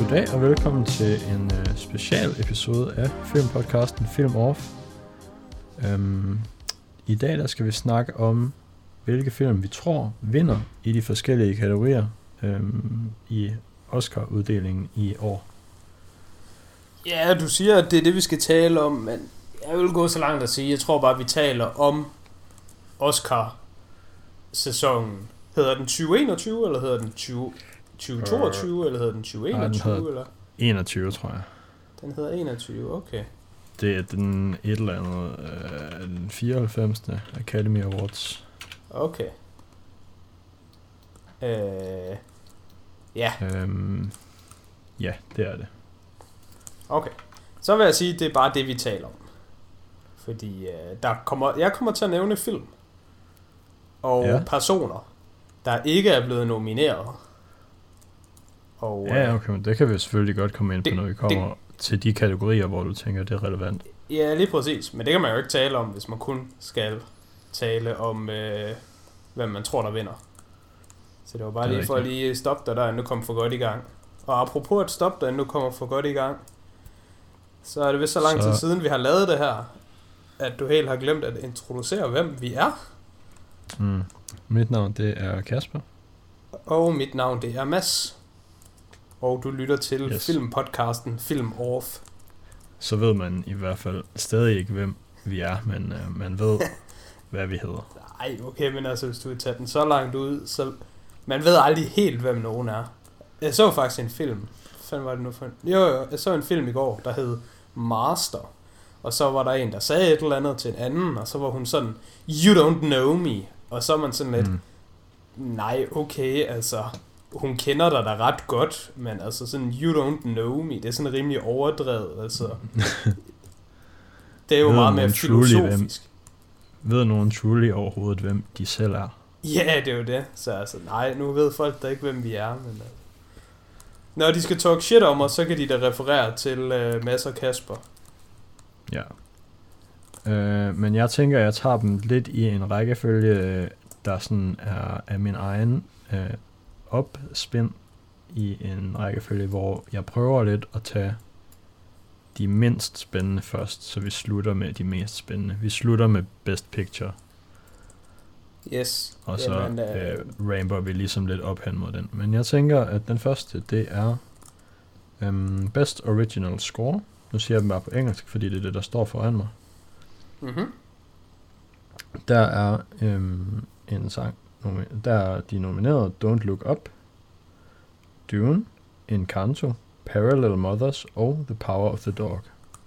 Goddag og velkommen til en special episode af filmpodcasten Film Off. I dag der skal vi snakke om, hvilke film vi tror vinder i de forskellige kategorier i Oscar-uddelingen i år. Ja, du siger, at det er det, vi skal tale om, men jeg vil gå så langt at sige, jeg tror bare, at vi taler om Oscar-sæsonen. Hedder den 2021, eller hedder den 2022, eller hedder den 2021? Den hedder 21, tror jeg. Den hedder 21, okay. Det er den et eller andet, den 94. Academy Awards. Okay. Ja. Ja, det er det. Okay. Så vil jeg sige, at det er bare det, vi taler om. Fordi jeg kommer til at nævne film. Og personer, der ikke er blevet nomineret. Og, ja, okay, men det kan vi selvfølgelig godt komme ind på, når vi kommer til de kategorier, hvor du tænker, det er relevant. Ja, lige præcis. Men det kan man jo ikke tale om, hvis man kun skal tale om, hvem man tror, der vinder. Så det var bare lige for at lige stoppe dig der, nu kommer for godt i gang. Og apropos at stoppe dig, nu kommer for godt i gang, så er det vist så lang tid siden, vi har lavet det her, at du helt har glemt at introducere, hvem vi er. Mit navn, det er Kasper. Og mit navn, det er Mads. Og du lytter til filmpodcasten Film Off. Så ved man i hvert fald stadig ikke, hvem vi er, men man ved, hvad vi hedder. Nej, okay, men altså, hvis du vil tage den så langt ud, så man ved aldrig helt, hvem nogen er. Jeg så faktisk en film. Hvad var det nu for en? Jo, jeg så en film i går, der hed Master. Og så var der en, der sagde et eller andet til en anden, og så var hun sådan, you don't know me. Og så er man sådan lidt, nej, okay, altså, hun kender dig da ret godt, men altså sådan, you don't know me, det er sådan rimelig overdrevet, altså. Det er jo meget mere filosofisk. Ved nogen truly overhovedet, hvem de selv er? Ja, det er jo det. Så altså, nej, nu ved folk da ikke, hvem vi er, men når de skal talk shit om os, så kan de da referere til Mads og Kasper. Ja. Men jeg tænker, jeg tager dem lidt i en rækkefølge, der sådan er af min egen opspind i en rækkefølge, hvor jeg prøver lidt at tage de mindst spændende først, så vi slutter med de mest spændende. Vi slutter med Best Picture. Yes. Og så ramper vi ligesom lidt op hen mod den. Men jeg tænker, at den første, det er Best Original Score. Nu siger jeg dem bare på engelsk, fordi det er det, der står foran mig. Mm-hmm. Der er en sang. Der er de nominerede Don't Look Up, Dune, Encanto, Parallel Mothers og The Power of the Dog.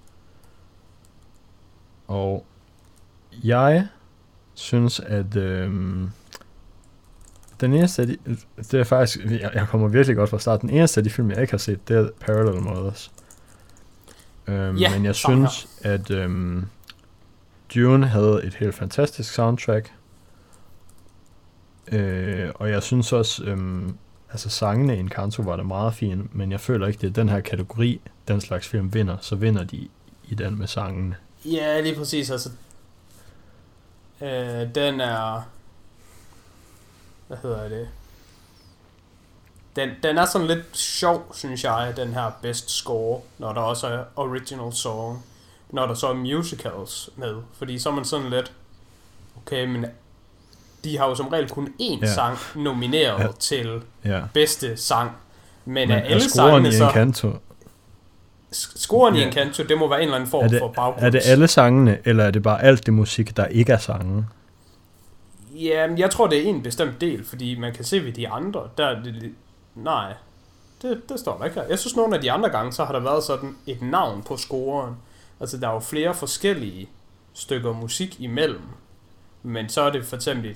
Og jeg synes, at den eneste af de, det er faktisk, jeg kommer virkelig godt fra start, den eneste af de film, jeg ikke har set, det er Parallel Mothers. Men jeg synes, at Dune havde et helt fantastisk soundtrack. Og jeg synes også, altså sangene i Encanto var det meget fine, men jeg føler ikke, det er den her kategori, den slags film vinder, så vinder de i den med sangene. Ja, lige præcis, altså den er, hvad hedder det, den er sådan lidt sjov, synes jeg, den her best score, når der også er original song, når der så er musicals med, fordi så er man sådan lidt, okay, men de har jo som regel kun én sang nomineret til bedste sang, men er alle sangene så Encanto? Scoren i Encanto, det må være en eller anden form for baggrunds. Er det alle sangene, eller er det bare alt det musik, der ikke er sange? Ja, jeg tror, det er en bestemt del, fordi man kan se ved de andre, nej, det står der ikke her. Jeg synes, nogle af de andre gange, så har der været sådan et navn på scoren. Altså, der er jo flere forskellige stykker musik imellem, men så er det for eksempel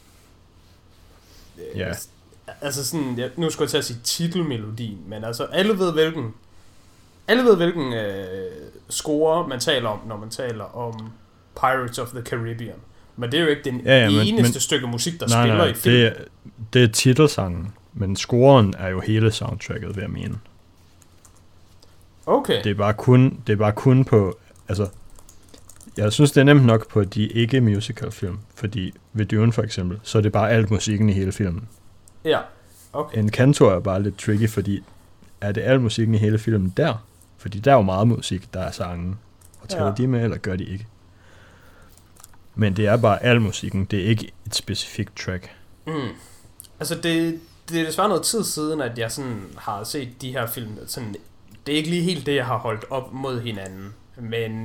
altså sådan, nu skulle jeg til at sige titelmelodien, men altså, alle ved hvilken score man taler om, når man taler om Pirates of the Caribbean. Men det er jo ikke den eneste stykke musik, der spiller i filmen. Det er titelsangen, men scoren er jo hele soundtracket, vil jeg mene. Okay. Det er bare kun på, altså, jeg synes, det er nemt nok på de ikke musical film, fordi ved Dune for eksempel, så er det bare alt musikken i hele filmen. Ja, okay. Encanto er bare lidt tricky, fordi er det al musikken i hele filmen der? Fordi der er jo meget musik, der er sange. Og tæller de med, eller gør de ikke? Men det er bare al musikken, det er ikke et specifikt track. Altså det er desværre noget tid siden, at jeg sådan har set de her film. Sådan, det er ikke lige helt det, jeg har holdt op mod hinanden. Men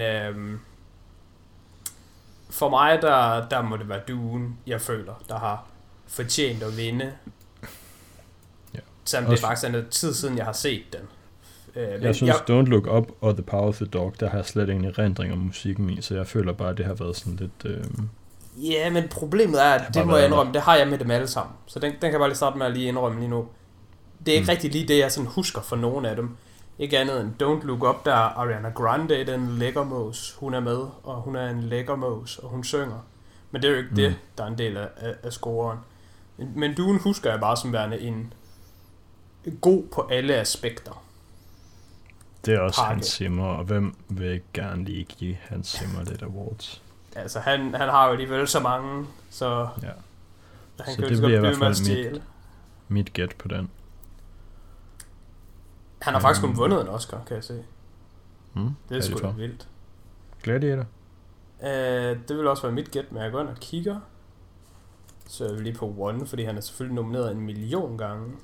for mig, der må det være Dune, jeg føler, der har fortjent at vinde. Ja. Selvom det faktisk er noget tid siden, jeg har set den. Jeg synes, Don't Look Up og The Power of the Dog, der har jeg slet ingen erindring om musikken i, så jeg føler bare, at det har været sådan lidt... Ja, men problemet er, at det må jeg indrømme, det har jeg med dem alle sammen. Så den kan jeg bare lige starte med at lige indrømme lige nu. Det er ikke rigtig lige det, jeg sådan husker for nogen af dem. Ikke andet end Don't Look Up, der Ariana Grande, den lækker mås, hun er med, og hun er en lækker mås, og hun synger. Men det er jo ikke det, der er en del af scoren. Men Dune husker jeg bare som værende en god på alle aspekter. Det er også Hans Zimmer, og hvem vil ikke gerne lige give Hans Zimmer lidt awards? Altså, han har jo alligevel så mange, så ja. Han så kan det jo bliver i hvert fald mit gæt på den. Han har faktisk kun vundet en Oscar, kan jeg se. Det er sgu da vildt. Gladiator? Det vil også være mit gæt, men jeg går ind og kigger. Så er vi lige på One, fordi han er selvfølgelig nomineret 1 million gange.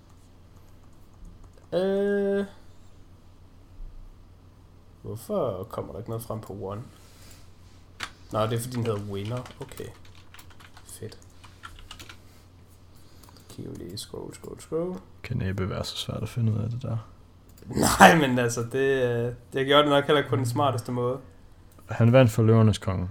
Hvorfor kommer der ikke noget frem på One? Nå, det er fordi den hedder Winner. Okay. Fedt. Kigger lige. Scroll. Kan næppe være så svært at finde ud af det der. Nej, men altså, det gjorde det nok heller ikke på den smarteste måde. Han vandt for Løvernes Konge.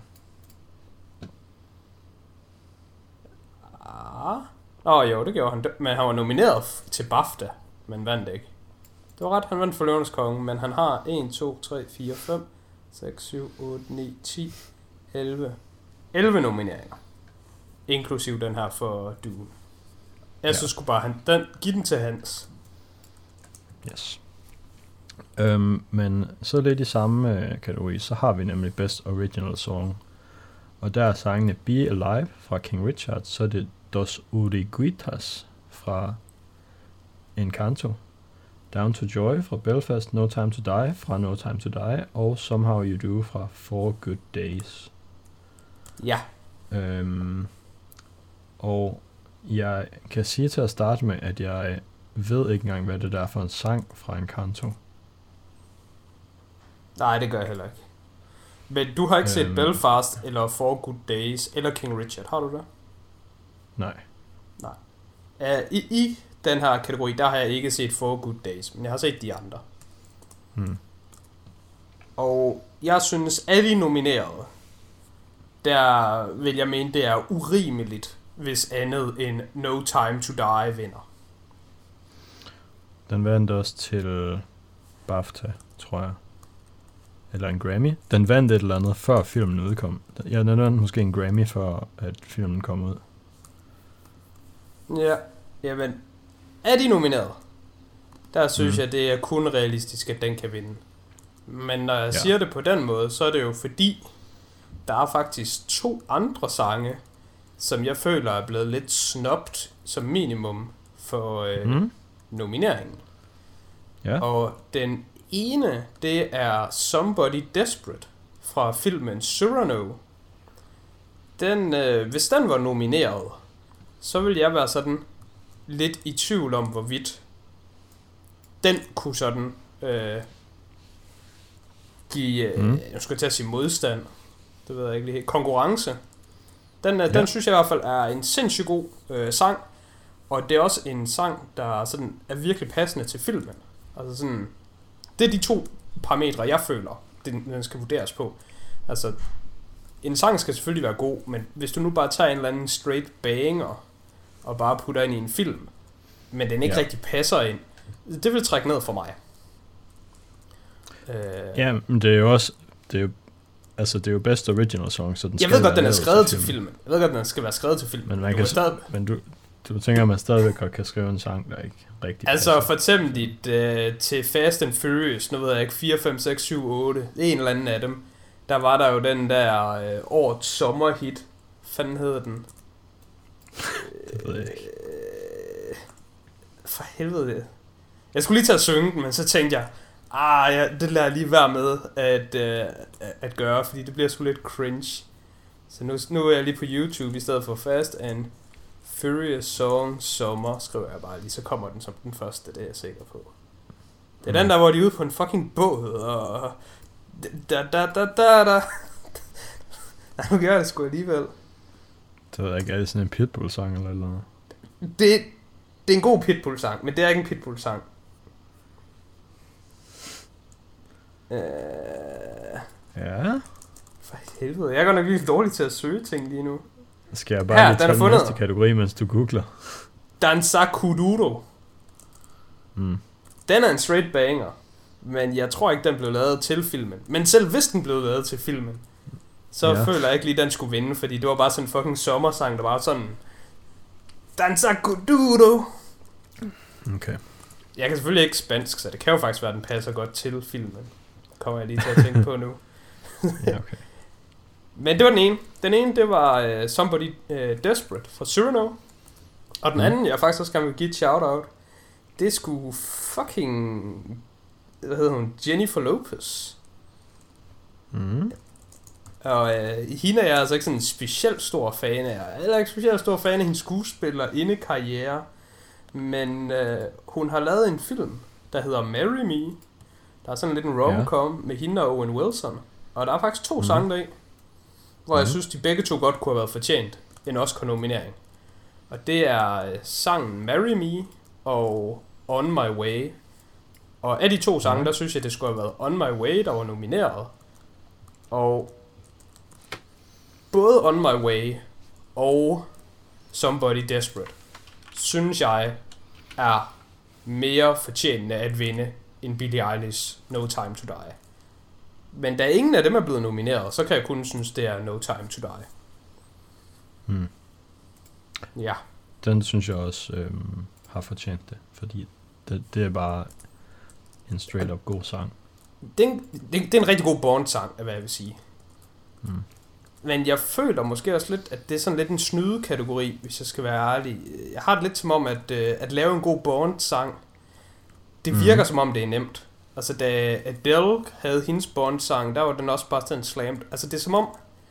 Jo, det gjorde han. Men han var nomineret til BAFTA, men vandt ikke. Det var ret, han vandt for Løvernes Konge, men han har 1, 2, 3, 4, 5, 6, 7, 8, 9, 10, 11 nomineringer. Inklusiv den her for Dune. Jeg synes sgu bare, giv den til Hans. Yes. Men så lidt i samme kategori, så har vi nemlig Best Original Song. Og der er sangene Be Alive fra King Richard, så er det Dos Oruguitas fra Encanto, Down to Joy fra Belfast, No Time to Die fra No Time to Die, og Somehow You Do fra Four Good Days. Ja. Og jeg kan sige til at starte med, at jeg ved ikke engang, hvad det der er for en sang fra Encanto. Nej, det gør jeg heller ikke. Men du har ikke set Belfast, eller Four Good Days, eller King Richard, har du det? Nej. I den her kategori, der har jeg ikke set Four Good Days, men jeg har set de andre. Og jeg synes, at de nominerede, der vil jeg mene, det er urimeligt, hvis andet end No Time to Die vinder. Den vandt også til BAFTA, tror jeg. Eller en Grammy. Den vandt et eller andet, før filmen udkom. Ja, den vandt måske en Grammy, før at filmen kom ud. Ja, jamen, er de nomineret? Der synes jeg, det er kun realistisk, at den kan vinde. Men når jeg siger det på den måde, så er det jo fordi, der er faktisk 2 andre sange, som jeg føler er blevet lidt snobt som minimum for nomineringen. Ja. Og den ene, det er Somebody Desperate fra filmen Cyrano. Den, hvis den var nomineret, så ville jeg være sådan lidt i tvivl om, hvorvidt den kunne sådan give, jeg skulle til at sige modstand, det ved jeg ikke lige helt, konkurrence. Den synes jeg i hvert fald er en sindssygt god sang, og det er også en sang, der sådan er virkelig passende til filmen. Altså sådan, det er de 2 parametre, jeg føler, den skal vurderes på. Altså, en sang skal selvfølgelig være god, men hvis du nu bare tager en eller anden straight banger, og bare putter ind i en film, men den ikke rigtig passer ind, det vil trække ned for mig. Ja, men det er jo også, det er jo best original song, så den jeg ved godt, den er skrevet til filmen. Jeg ved godt, den skal være skrevet til filmen. Men man kan men du tænker, at man stadigvæk godt kan skrive en sang, der ikke rigtig altså passer. For eksempel til Fast and Furious, nu ved jeg ikke, 4, 5, 6, 7, 8, en eller anden af dem, der var der jo den der årets sommerhit. Hvad fanden hedder den? Det ved jeg ikke. For helvede. Jeg skulle lige til at synge den, men så tænkte jeg, ja, det lader jeg lige være med at gøre, fordi det bliver sgu lidt cringe. Så nu er jeg lige på YouTube i stedet for Fast and Furious Song Sommer, skriver jeg bare lige, så kommer den som den første, det er jeg sikker på. Det er den der, hvor de er ude på en fucking båd, og da. Nej, nu gør jeg det sgu alligevel. Det ved jeg ikke, er det sådan en Pitbull-sang eller noget? Det er en god Pitbull-sang, men det er ikke en Pitbull-sang. Ja. For helvede, jeg er godt nok virkelig dårlig til at søge ting lige nu. Skal jeg bare lige tage den næste kategori, mens du googler? Danza Kuduro. Den er en straight banger, men jeg tror ikke, den blev lavet til filmen. Men selv hvis den blev lavet til filmen, så føler jeg ikke lige, den skulle vinde, fordi det var bare sådan en fucking sommersang, der var sådan... Danza Kuduro. Okay. Jeg kan selvfølgelig ikke spansk, så det kan jo faktisk være, at den passer godt til filmen. Kommer jeg lige til at tænke på nu. Ja, okay. Men det var den ene. Den ene, det var Somebody Desperate fra Cyrano. Og den anden, jeg faktisk også gerne vil give et shout-out, det skulle fucking... Hvad hedder hun? Jennifer Lopez. Og hende er jeg altså ikke sådan en specielt stor fan af. Jeg er heller ikke specielt stor fan af hendes skuespillerinde-karriere. Men hun har lavet en film, der hedder Marry Me. Der er sådan lidt en rom-com med hende og Owen Wilson. Og der er faktisk 2 sange deri, hvor jeg synes, de begge 2 godt kunne have været fortjent en Oscar-nominering. Og det er sangen Marry Me og On My Way. Og af de 2 sange, der synes jeg, det skulle have været On My Way, der var nomineret. Og både On My Way og Somebody Desperate, synes jeg, er mere fortjentende at vinde end Billie Eilish No Time To Die. Men da ingen af dem er blevet nomineret, så kan jeg kun synes, det er No Time To Die. Ja. Den synes jeg også har fortjent det, fordi det er bare en straight up god sang. Det er en rigtig god Bond-sang, hvad jeg vil sige. Men jeg føler måske også lidt, at det er sådan lidt en snydekategori, hvis jeg skal være ærlig. Jeg har det lidt som om, at lave en god Bond-sang, det virker som om, det er nemt. Altså, da Adele havde hendes Bond-sang, der var den også bare sådan slammed. Altså, det er som om,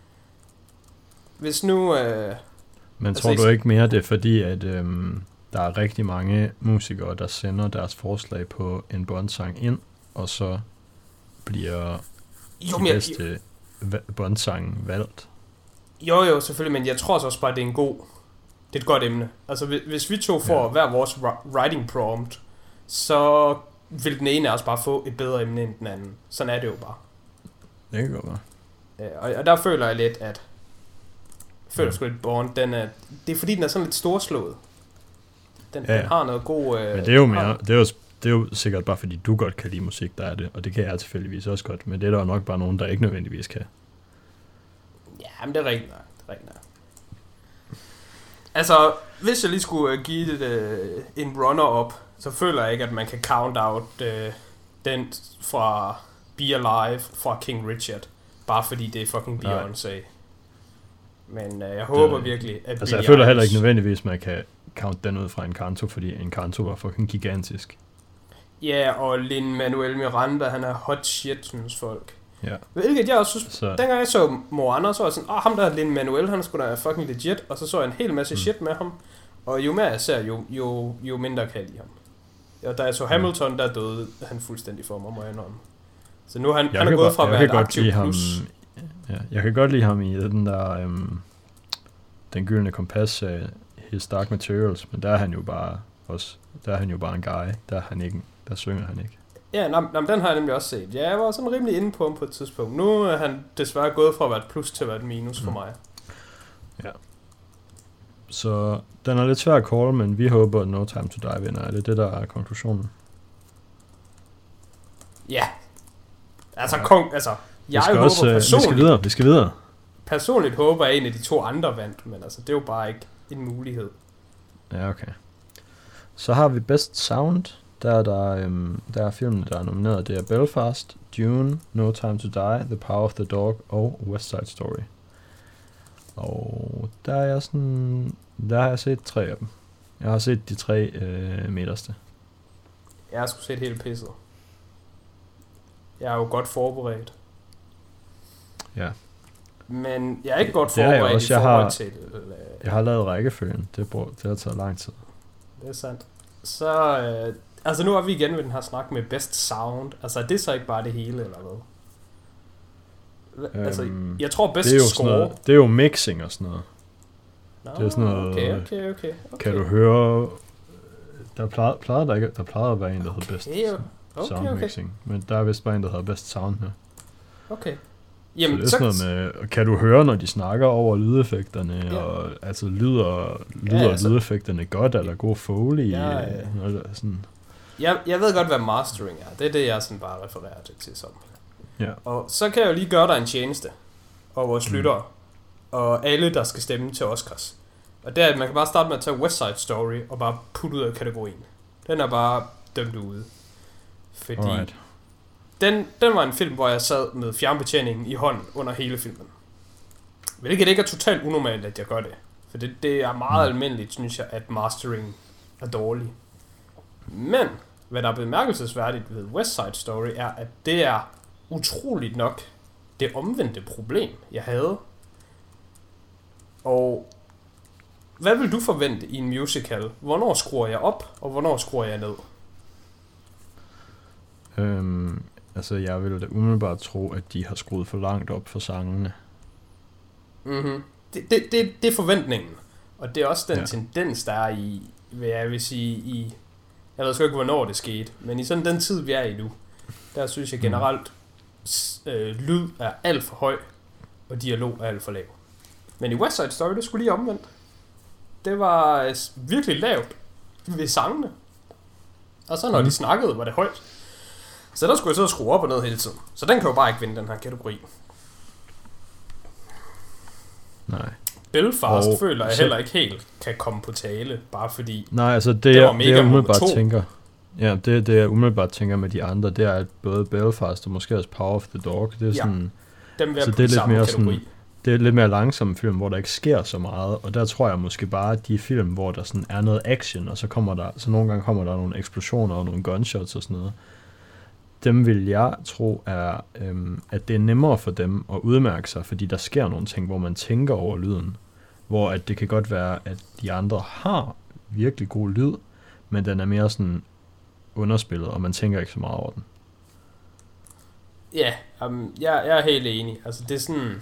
hvis nu... Men altså, tror du ikke mere, det er fordi, at der er rigtig mange musikere, der sender deres forslag på en Bond-sang ind, og så bliver de bedste Bond-sangen valgt? Jo, selvfølgelig, men jeg tror også bare, det er et godt emne. Altså, hvis vi 2 får hver vores writing prompt, så vil den ene af os bare få et bedre emne end den anden. Sådan er det jo bare. Det kan godt være. Og der føler jeg lidt, at sgu lidt Bond, det er fordi, den er sådan lidt storslået. Den har noget god... Men det er jo mere, det er jo sikkert bare fordi, du godt kan lide musik, der er det, og det kan jeg tilfældigvis også godt, men det er der jo nok bare nogen, der ikke nødvendigvis kan. Ja, men det er rigtigt nok. Altså, hvis jeg lige skulle give det en runner-up, så føler jeg ikke, at man kan count out den fra Be Alive fra King Richard, bare fordi det er fucking Beyoncé. Men jeg håber virkelig, at altså, jeg føler heller ikke nødvendigvis, at man kan count den ud fra Encanto, fordi Encanto var fucking gigantisk. Ja, og Lin-Manuel Miranda, han er hot shit, synes folk. Ja. Hvilket jeg også synes, dengang jeg så Moana, så var jeg sådan, ham der Lin-Manuel, han skulle da fucking legit, og så jeg en hel masse shit med ham. Og jo mere jeg ser, jo mindre kan jeg lide ham. Og da jeg så Hamilton, der døde han fuldstændig for mig, må jeg indrømme. Så nu han er gået fra at være et aktiv plus. Jeg kan godt lide ham i den der, den gyldne kompas af His Dark Materials, men der er han jo bare en guy, der synger han ikke. Ja, den har jeg nemlig også set. Ja, jeg var sådan rimelig inde på ham på et tidspunkt. Nu er han desværre gået fra at være et plus til at være et minus for mig. Ja. Så den er lidt svær at call, men vi håber, at No Time To Die vinder. Er det der er konklusionen? Ja. Altså, jeg håber personligt... Vi skal videre. Personligt håber jeg, en af de 2 andre vandt, men altså, det er jo bare ikke en mulighed. Ja, okay. Så har vi Best Sound. Der er filmene, der er nomineret. Det er Belfast, Dune, No Time To Die, The Power of the Dog og West Side Story. Og der har jeg set 3 af dem. Jeg har set de 3 midterste. Jeg har sgu set helt pisset. Jeg er jo godt forberedt. Ja. Men jeg er ikke godt forberedt også, i forhold til... Jeg har lavet rækkefølgen. Det har taget lang tid. Det er sandt. Så... altså nu er vi igen ved den her snak med best sound. Altså er det så ikke bare det hele, eller hvad? Altså, jeg tror best score... Noget, det er jo mixing og sådan noget. Nå, det er sådan noget... Okay. Kan du høre... Der plejede at være en, der hedder best sound mixing. Men der er vist bare en, der hedder best sound her. Okay. Jamen, så det er sådan noget med... Kan du høre, når de snakker over lydeffekterne? Ja. Og altså lyder lydeffekterne godt, eller god foley? Sådan. Jeg ved godt, hvad mastering er. Det er det, jeg sådan bare refererer til som. Ja. Og så kan jeg jo lige gøre dig en tjeneste. Og vores lyttere. Og alle, der skal stemme til Oscars. Og det er, at man kan bare starte med at tage West Side Story og bare putte ud af kategorien. Den er bare dømt ude. Fordi den var en film, hvor jeg sad med fjernbetjeningen i hånden under hele filmen. Hvilket ikke er totalt unormalt, at jeg gør det. For det er meget almindeligt, synes jeg, at mastering er dårlig. Men, hvad der er bemærkelsesværdigt ved West Side Story, er, at det er utroligt nok det omvendte problem, jeg havde. Og hvad vil du forvente i en musical? Hvornår skruer jeg op, og hvornår skruer jeg ned? Altså, jeg vil da umiddelbart tro, at de har skruet for langt op for sangene. Mhm. Det er forventningen. Og det er også den tendens, der er i, hvad jeg vil sige, i... Jeg ved sgu ikke, hvornår det skete, men i sådan den tid, vi er i nu, der synes jeg generelt, lyd er alt for høj, og dialog er alt for lav. Men i West Side Story, det skulle lige omvendt. Det var virkelig lavt ved sangene. Og så når de snakkede, var det højt. Så der skulle jeg så skrue op og ned hele tiden. Så den kan jo bare ikke vinde den her kategori. Nej. Belfast føler jeg heller ikke helt kan komme på tale, bare fordi... Nej, altså det jeg umiddelbart tænker... Ja, det jeg umiddelbart tænker med de andre, det er, at både Belfast og måske også Power of the Dog, det er sådan... Dem vil jeg putte samme kategori. Sådan, det er lidt mere langsomme film, hvor der ikke sker så meget, og der tror jeg måske bare, at de film, hvor der sådan er noget action, og så nogle gange kommer der nogle eksplosioner og nogle gunshots og sådan noget, dem vil jeg tro er, at det er nemmere for dem at udmærke sig, fordi der sker nogle ting, hvor man tænker over lyden, hvor at det kan godt være, at de andre har virkelig god lyd, men den er mere sådan underspillet, og man tænker ikke så meget over den. Ja, jeg er helt enig. Altså det er sådan...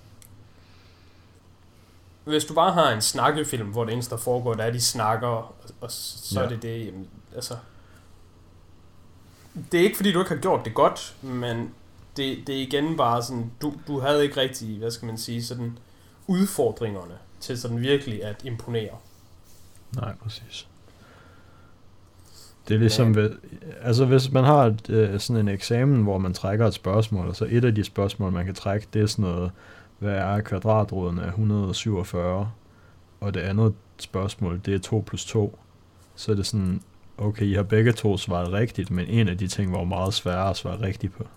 Hvis du bare har en snakkefilm, hvor det eneste, der foregår, der er, de snakker, og så er det, jamen, altså... Det er ikke, fordi du ikke har gjort det godt, men det er igen bare sådan, du havde ikke rigtig, hvad skal man sige, sådan udfordringerne til sådan virkelig at imponere. Nej, præcis. Det er ligesom, altså hvis man har sådan en eksamen, hvor man trækker et spørgsmål, og så et af de spørgsmål, man kan trække, det er sådan noget, hvad er kvadratroden af 147, og det andet spørgsmål, det er 2 plus 2, så er det sådan, okay, I har begge to svaret rigtigt, men en af de ting var meget sværere at svare rigtigt på.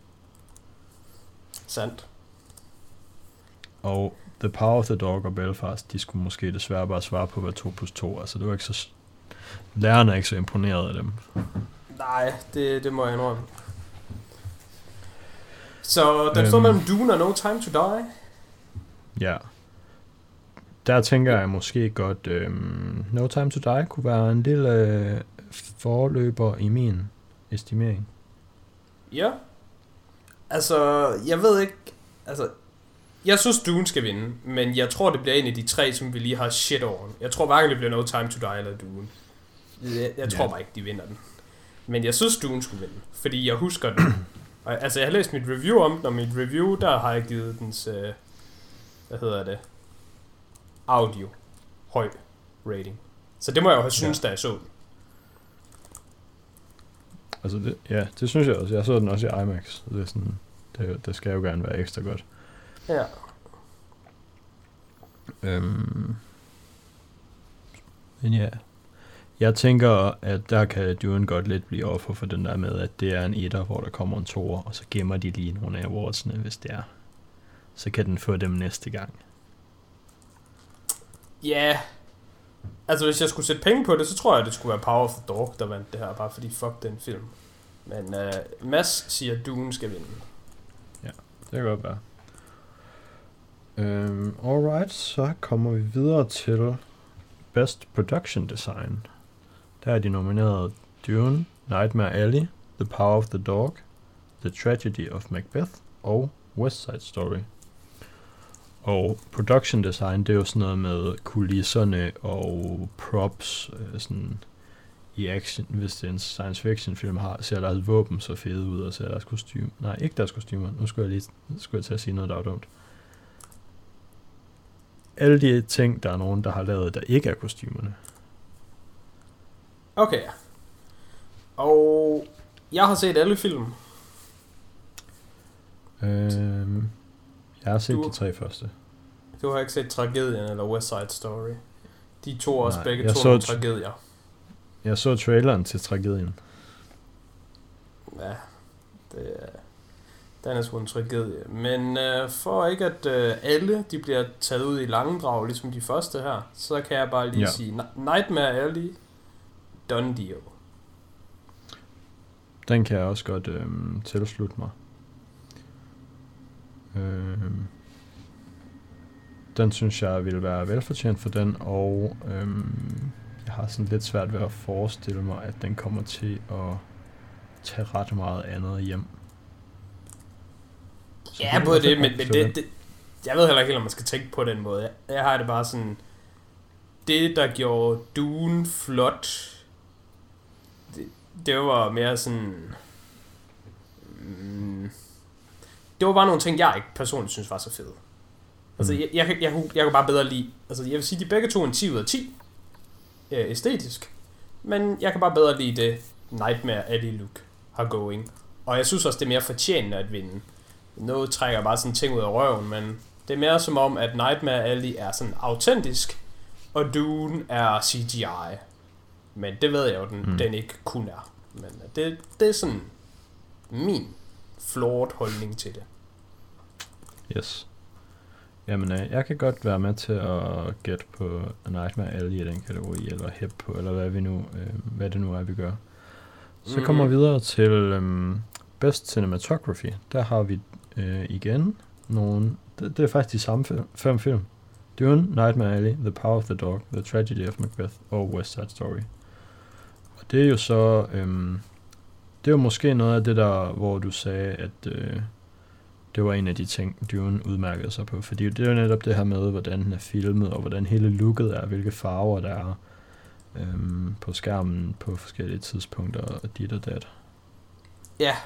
Sandt. Og The Power of the Dog og Belfast, de skulle måske desværre bare svare på, hvad 2 plus 2 er, så det var ikke så... Lærerne er ikke så imponeret af dem. Nej, det må jeg indrømme. Så den står mellem Dune og No Time to Die? Ja. Der tænker jeg måske godt, No Time to Die kunne være en lille forløber i min estimering. Ja. Altså, jeg ved ikke... Altså, jeg synes Dune skal vinde, men jeg tror, det bliver en af de 3, som vi lige har shit over. Jeg tror hverken det bliver No Time to Die eller Dune. Jeg tror bare ikke, de vinder den. Men jeg synes, Dune skulle vinde, fordi jeg husker den. Altså, jeg har læst mit review om den, og mit review, der har jeg givet dens... hvad hedder det? Audio. Høj rating. Så det må jeg jo have synes, da jeg så den. Altså, det synes jeg også. Jeg så den også i IMAX. Det er sådan, det skal jo gerne være ekstra godt. Ja. Men ja. Jeg tænker, at der kan Dune godt lidt blive offer for den der med, at det er en etter, hvor der kommer en toer, og så gemmer de lige nogle af awardsene, hvis det er. Så kan den få dem næste gang. Ja. Altså, hvis jeg skulle sætte penge på det, så tror jeg, det skulle være Power of the Dog, der vandt det her, bare fordi fuck den film. Men Mads siger, Dune skal vinde. Ja, det kan godt være. Alright, så kommer vi videre til Best Production Design. Der er de nomineret Dune, Nightmare Alley, The Power of the Dog, The Tragedy of Macbeth og West Side Story. Og production design, det er jo sådan noget med kulisserne og props, sådan i action. Hvis det er en science fiction film, ser deres våben så fede ud, og ser deres kostymer. Nej, ikke deres kostymer. Nu skulle jeg til at sige noget, der var dumt. Alle de ting, der er nogen, der har lavet, der ikke er kostymerne. Okay. Og jeg har set alle film. Jeg har set de 3 første. Du har ikke set Tragedien eller West Side Story. De to også begge to tragedier. Jeg så traileren til Tragedien. Ja, den er sgu en tragedie. Men for ikke at alle de bliver taget ud i langdrag, ligesom de første her, så kan jeg bare lige sige Nightmare Alley, done deal. Den kan jeg også godt tilslutte mig. Den synes jeg ville være velfortjent for den, og jeg har sådan lidt svært ved at forestille mig, at den kommer til at tage ret meget andet hjem. Så ja, både det, men det, jeg ved heller ikke helt, om man skal tænke på den måde. Jeg har det bare sådan, det der gjorde Dune flot, det var mere sådan, det var bare nogle ting, jeg ikke personligt synes var så fede. Altså, jeg kunne bare bedre lide, altså jeg vil sige, de begge to en 10 ud af 10 æstetisk, men jeg kan bare bedre lide det Nightmare Alley look har going. Og jeg synes også, det er mere fortjenende at vinde. Noget trækker bare sådan ting ud af røven, men det er mere som om, at Nightmare Alley er sådan autentisk, og Dune er CGI. Men det ved jeg jo, den ikke kun er. Men det er sådan min flawed holdning til det. Yes. Jamen, jeg kan godt være med til at gætte på Nightmare Alley i den kategori, eller hæppe på, eller hvad det nu er, vi gør. Så kommer vi videre til Best Cinematography. Der har vi igen nogle, det er faktisk de samme 5 film. Dune, Nightmare Alley, The Power of the Dog, The Tragedy of Macbeth og West Side Story. Og det er jo så, det er jo måske noget af det der, hvor du sagde, at det var en af de ting, Dune udmærkede sig på. Fordi det er jo netop det her med, hvordan den er filmet, og hvordan hele looket er, hvilke farver der er på skærmen på forskellige tidspunkter, og dit og dat. Ja.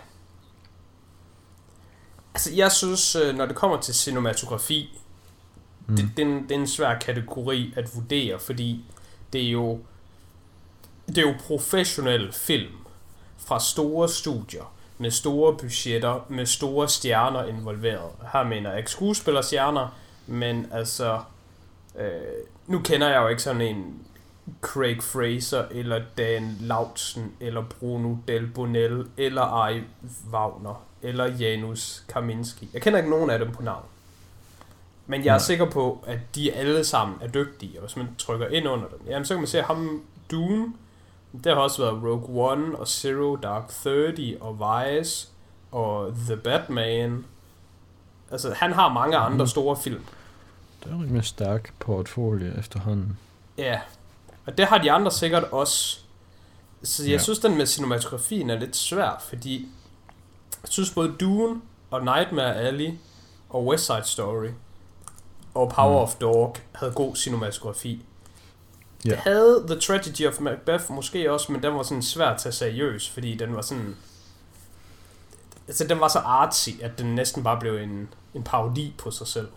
Altså, jeg synes, når det kommer til cinematografi, det er en svær kategori at vurdere, fordi det er jo professionelle film fra store studier, med store budgetter, med store stjerner involveret. Her mener jeg ikke skuespillerstjerner, men altså, nu kender jeg jo ikke sådan en Craig Fraser, eller Dan Lautsen, eller Bruno Del Bonell, eller Ari Wagner, eller Janusz Kaminski. Jeg kender ikke nogen af dem på navn. Men jeg er sikker på, at de alle sammen er dygtige, og hvis man trykker ind under dem, jamen så kan man se ham Dune. Der har også været Rogue One, og Zero Dark 30, og Vice, og The Batman. Altså, han har mange andre store film. Det er en rimelig stærk portfolio efterhånden. Ja, og det har de andre sikkert også. Så jeg synes, den med cinematografien er lidt svær, fordi jeg synes både Dune, og Nightmare Alley, og West Side Story, og Power of Dog havde god cinematografi. Det havde The Tragedy of Macbeth måske også, men den var sådan svær at tage seriøs, fordi den var sådan, altså den var så artsy, at den næsten bare blev en parodi på sig selv.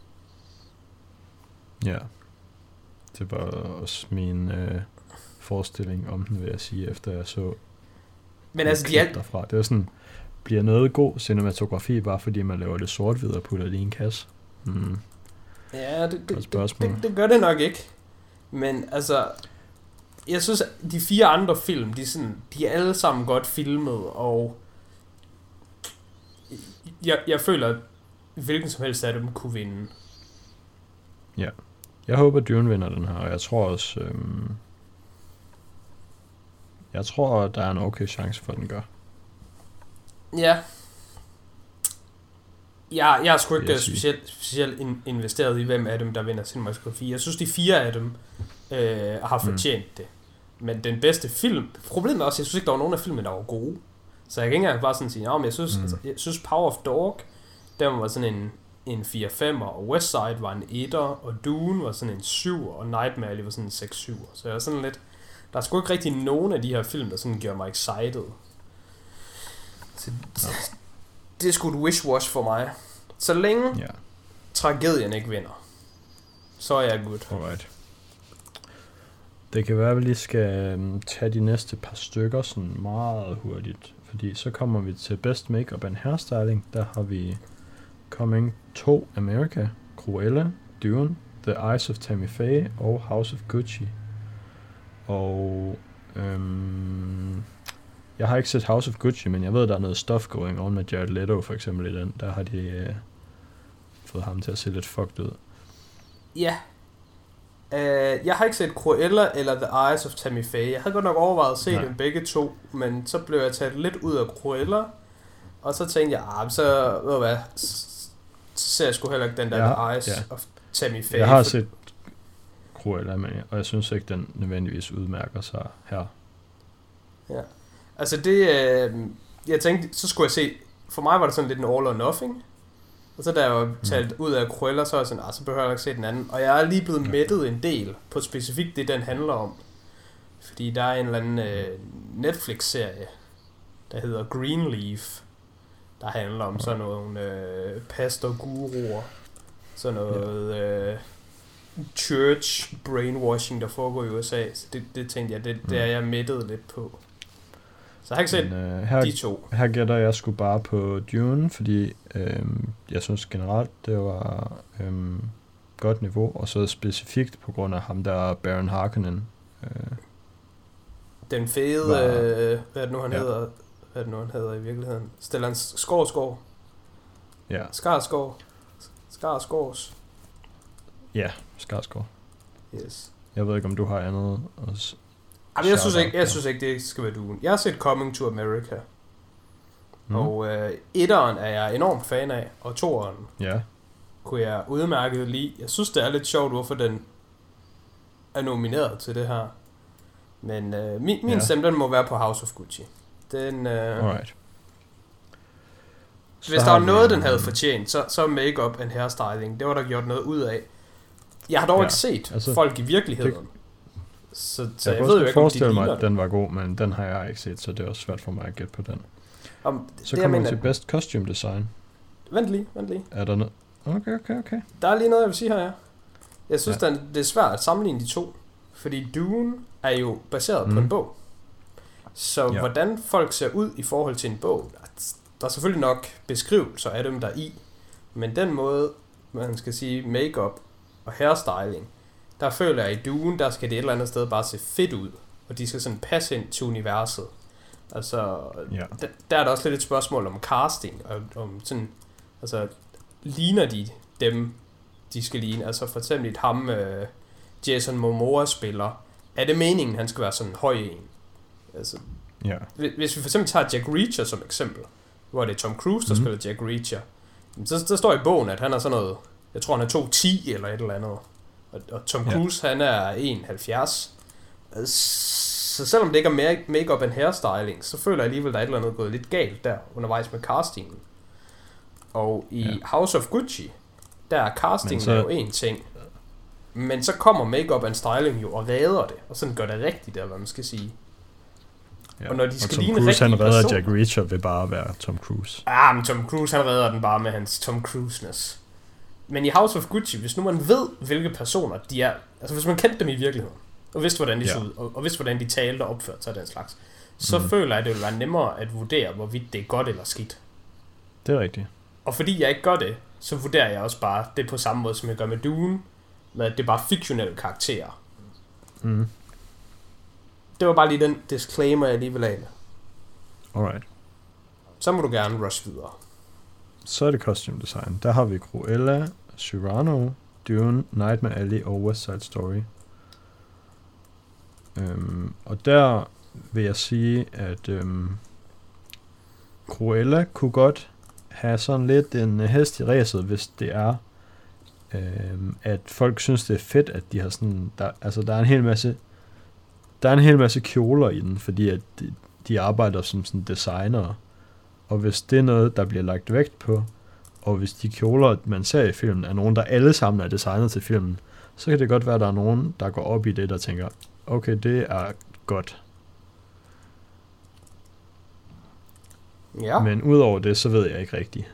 Ja, det var også min forestilling om den, vil jeg sige, efter jeg så. Men altså derfra. Det var sådan, bliver noget god cinematografi bare fordi man laver det sort-hvid og putter det i en kasse? Ja, det gør det nok ikke. Men altså, jeg synes, at de 4 andre film, de er alle sammen godt filmet, og jeg føler, at hvilken som helst af dem kunne vinde. Ja, Jeg håber, Dune vinder den her, og jeg tror også... jeg tror, der er en okay chance for, at den gør. Ja. Jeg er sgu ikke specielt investeret i, hvem af dem, der vinder cinematografie. Jeg synes, de 4 af dem har fortjent det. Men den bedste film... Problemet er også, jeg synes ikke, der var nogen af filmene, der var gode. Så jeg kan ikke engang bare sådan sige, men jeg synes Power of Dog, den var sådan en 4-5'er, og West Side var en 1'er, og Dune var sådan en 7'er, og Nightmare var sådan en 6-7'er. Så jeg er sådan lidt... Der er sgu ikke rigtig nogen af de her film, der sådan gør mig excited. Så det er sgu et wish-wash for mig. Så længe tragedien ikke vinder, så er jeg good. Alright. Det kan være, at vi lige skal tage de næste par stykker sådan meget hurtigt. Fordi så kommer vi til Best Makeup and Hairstyling. Der har vi Coming to America, Cruella, Dune, The Eyes of Tammy Faye og House of Gucci. Og jeg har ikke set House of Gucci, men jeg ved, der er noget stuff going on med Jared Leto for eksempel i den. Der har de fået ham til at se lidt fucked ud. Ja. Jeg har ikke set Cruella eller The Eyes of Tammy Faye. Jeg havde godt nok overvejet at se dem begge to, men så blev jeg taget lidt ud af Cruella. Og så tænkte jeg, så ved du hvad, så ser jeg sgu heller ikke den der The Eyes of Tammy Faye. Jeg har set Cruella, og jeg synes ikke, den nødvendigvis udmærker sig her. Ja. Altså det, jeg tænkte, så skulle jeg se, for mig var det sådan lidt en all or nothing. Og så da jeg var talt ud af Cruella, så var jeg sådan, så behøver jeg ikke se den anden. Og jeg er lige blevet mættet en del på specifikt det, den handler om. Fordi der er en eller anden Netflix-serie, der hedder Greenleaf, der handler om sådan nogle pastor-guruer, sådan noget church brainwashing, der foregår i USA. Så det tænkte jeg, det er jeg mættet lidt på. Så jeg har ikke set de to. Her gætter jeg sgu bare på Dune, fordi jeg synes generelt, det var godt niveau, og så specifikt på grund af ham der Baron Harkonnen. Den fede, hvad er det nu han hedder? Hvad er det nu han hedder i virkeligheden? Stellan Skarsgård. Ja. Skarsgårds. Ja, Skarsgård. Yes. Jeg ved ikke, om du har andet at Jamen, jeg synes ikke, det skal være Dune. Jeg har set Coming to America. Og etteren er jeg enormt fan af, og toeren kunne jeg udmærket lide. Jeg synes, det er lidt sjovt, hvorfor den er nomineret til det her. Men min stemme, den må være på House of Gucci. Den, alright. Hvis der var noget, den havde fortjent, så make-up and hairstyling. Det var der gjort noget ud af. Jeg har dog ikke set folk i virkeligheden. Så jeg ved jo ikke, om de ligner mig, at den var god, men den har jeg ikke set, så det er også svært for mig at gætte på den. Så kommer vi til Best Costume Design. Vent lige. Er der noget? Okay. Der er lige noget, jeg vil sige her, ja. Jeg synes, det er svært at sammenligne de to. Fordi Dune er jo baseret på en bog. Så hvordan folk ser ud i forhold til en bog, der er selvfølgelig nok beskrivelser af dem, der er i. Men den måde, man skal sige, make-up og hairstyling, der føler jeg i Dune, der skal det et eller andet sted bare se fedt ud. Og de skal sådan passe ind til universet. Altså, der er der også lidt et spørgsmål om casting. Og om sådan, altså, ligner de dem, de skal ligne? Altså for eksempel et ham, Jason Momoa spiller. Er det meningen, han skal være sådan en høj en? Altså, hvis vi for eksempel tager Jack Reacher som eksempel, hvor det er Tom Cruise, der spiller Jack Reacher, så står i bogen, at han er sådan noget, jeg tror han er 2,10 eller et eller andet. Og Tom Cruise, han er 1,70. Så selvom det ikke er make-up and hairstyling, så føler jeg alligevel, der er et eller andet gået lidt galt der undervejs med castingen. Og i House of Gucci, der er castingen jo en ting. Men så kommer make-up and styling jo og redder det, og sådan gør det rigtigt, eller hvad man skal sige. Ja. Og når de skal Tom ligne Cruise, han redder person, Jack Reacher ved bare at være Tom Cruise. Men Tom Cruise, han redder den bare med hans Tom Cruise-ness. Men i House of Gucci, hvis nu man ved, hvilke personer de er, altså hvis man kendte dem i virkeligheden, og vidste, hvordan de så ud, og vidste, hvordan de talte og opførte sig den slags, så føler jeg, at det vil være nemmere at vurdere, hvorvidt det er godt eller skidt. Det er rigtigt. Og fordi jeg ikke gør det, så vurderer jeg også bare det på samme måde, som jeg gør med Dune, med at det er bare fiktionelle karakterer. Det var bare lige den disclaimer, jeg lige vil have. Alright. Så må du gerne rush videre. Så er det costume design. Der har vi Cruella, Cyrano, Dune, Nightmare Alley og West Side Story. Og der vil jeg sige, at Cruella kunne godt have sådan lidt en hest i ræset, hvis det er, at folk synes, det er fedt, at de har sådan, der er en hel masse kjoler i den, fordi at de arbejder som sådan designere. Og hvis det er noget, der bliver lagt vægt på, og hvis de kjoler, man ser i filmen, er nogen, der alle sammen er designet til filmen, så kan det godt være, at der er nogen, der går op i det, der tænker, okay, det er godt. Ja. Men udover det, så ved jeg ikke rigtigt.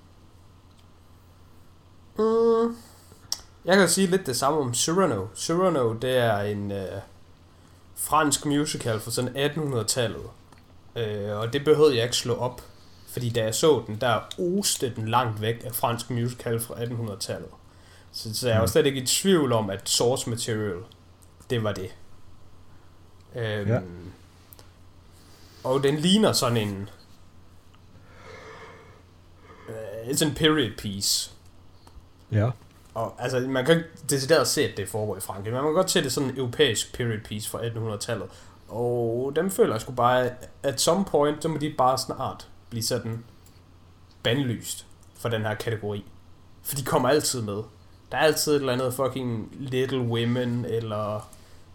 Jeg kan sige lidt det samme om Cyrano. Cyrano, det er en fransk musical fra sådan 1800-tallet. Og det behøvede jeg ikke slå op, fordi da jeg så den, der oste den langt væk af fransk musical fra 1800-tallet. Så jeg var slet ikke i tvivl om, at source material, det var det. Ja. Og den ligner sådan en sådan en period piece. Ja. Og altså, man kan ikke decideret se, at det foregår i Frankrig, men man kan godt se, det sådan en europæisk period piece fra 1800-tallet. Og dem føler jeg sgu bare, at some point, så må de bare snart blive sådan bandlyst for den her kategori. For de kommer altid med. Der er altid et eller andet fucking Little Women, eller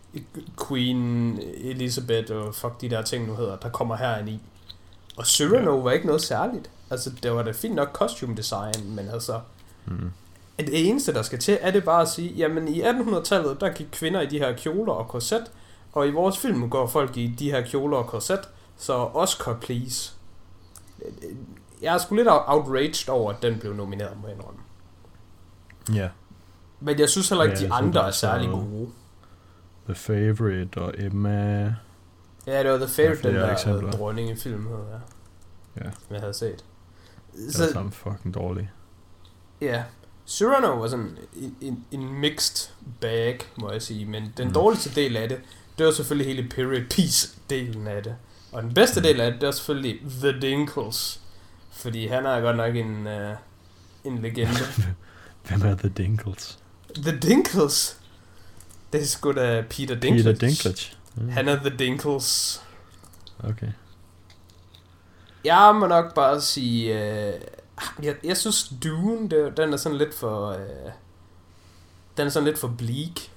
Queen Elizabeth, og fuck de der ting nu hedder, der kommer herind i. Og Cyrano var ikke noget særligt. Altså, det var da fint nok costume design, men altså... Det eneste, der skal til, er det bare at sige, jamen i 1800-tallet, der gik kvinder i de her kjoler og korset, og i vores film går folk i de her kjoler og korset, så Oscar, please. Jeg er sgu lidt outraged over, at den blev nomineret, må jeg indrømme. Ja. Men jeg synes heller ikke, de andre er særlig gode. The Favourite og Emma... Ja, det var The Favourite, den der dronning i filmen hed, ja. Som jeg havde set. Det er sammen fucking dårligt. Ja. Cyrano var sådan en mixed bag, må jeg sige, men den dårligste del af det var selvfølgelig hele period piece-delen af det. Og den bedste del af det er selvfølgelig The Dinkles, fordi han er godt nok en legende. Hvem er The Dinkles? The Dinkles? Det er sgu da Peter Dinklage. Peter Dinklage? Han er The Dinkles. Okay. Jeg må nok bare sige... Jeg synes Dune, den er sådan lidt for... den er sådan lidt for bleak.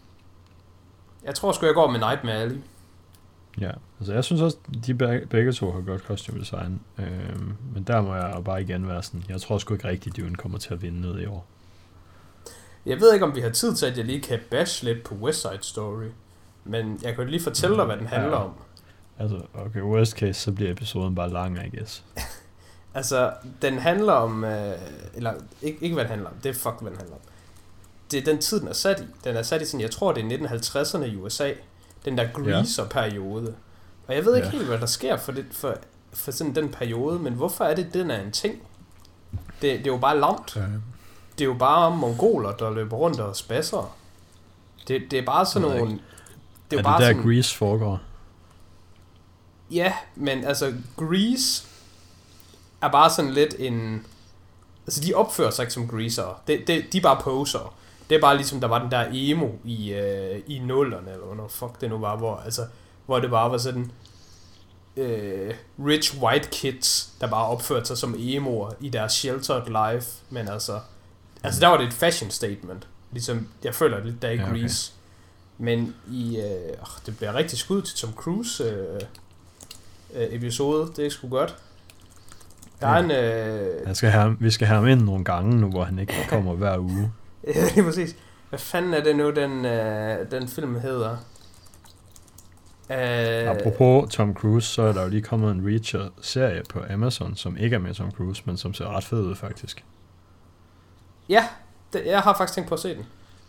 Jeg tror sgu, jeg går med Nightmare Alley. Ja, altså jeg synes også, de begge to har godt costume design. Men der må jeg bare igen være sådan, jeg tror sgu ikke rigtigt, Dune kommer til at vinde noget i år. Jeg ved ikke, om vi har tid til, at jeg lige kan bash lidt på West Side Story. Men jeg kan jo lige fortælle dig, hvad den handler om. Altså, okay, worst case, så bliver episoden bare lang, I guess. Altså, den handler om... eller, ikke hvad den handler om. Det er fuck, hvad den handler om. Det er den tid, den er sat i. Den er sat i sådan, jeg tror, det er 1950'erne i USA. Den der greaser-periode. Og jeg ved ikke helt, hvad der sker for sådan den periode, men hvorfor er det, den er en ting? Det er jo bare langt. Det er jo bare mongoler, der løber rundt og spasser. Det er bare sådan nogle... Det er bare der sådan, Grease foregår? Ja, men altså, Grease er bare sådan lidt en... Altså, de opfører sig ikke som greasere. De er bare poser. Det er bare ligesom, der var den der emo i nullerne, eller hvad fuck det nu var, hvor det bare var sådan... rich white kids, der bare opførte sig som emoer i deres sheltered life, men altså der var det et fashion statement, ligesom jeg føler lidt der i Grease, men det bliver rigtig skud til Tom Cruise episode, det er sgu godt. Der er en vi skal have ham ind nogle gange nu, hvor han ikke kommer hver uge. Ja, det er præcis. Hvad fanden er det nu, den film hedder? Apropos Tom Cruise, så er der jo lige kommet en Reacher-serie på Amazon, som ikke er med Tom Cruise, men som ser ret fed ud, faktisk. Ja, jeg har faktisk tænkt på at se den.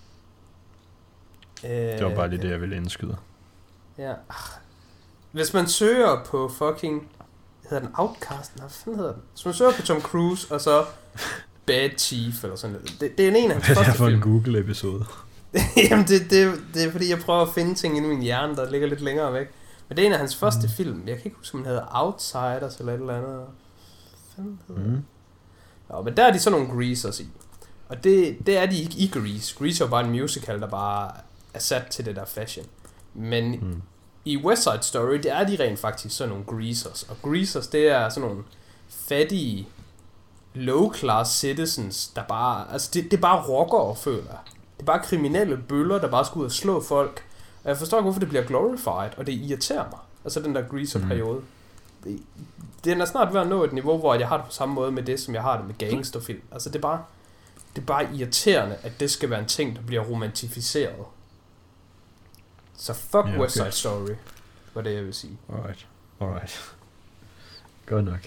Det var bare lige det, jeg ville indskyde. Ja. Hvis man søger på fucking... Hedder den Outcast? Hvad fanden hedder den? Hvis man søger på Tom Cruise, og så Bad Chief, eller sådan noget. Det er en af hans første film. Hvad er det for en Google-episode? Jamen, det er fordi, jeg prøver at finde ting inde i min hjerne, der ligger lidt længere væk. Men det er en af hans første film. Jeg kan ikke huske, om den hedder Outsiders eller et eller andet. Nå, men der er de sådan nogle greasers i. Og det er de ikke i Grease. Grease er jo bare en musical, der bare er sat til det der fashion. Men i West Side Story, det er de rent faktisk sådan nogle greasers. Og greasers, det er sådan nogle fattige, low-class citizens, der bare... Altså, det er bare rockere, føler jeg. Det er bare kriminelle bøller, der bare skal ud og slå folk. Og jeg forstår ikke, hvorfor det bliver glorified, og det irriterer mig. Altså, den der greaser-periode. Den er snart ved at nå et niveau, hvor jeg har det på samme måde med det, som jeg har det med gangsterfilm. Altså, det er bare irriterende, at det skal være en ting, der bliver romantificeret. Så fuck West Side Story, var det, jeg vil sige. Alright. Godt nok.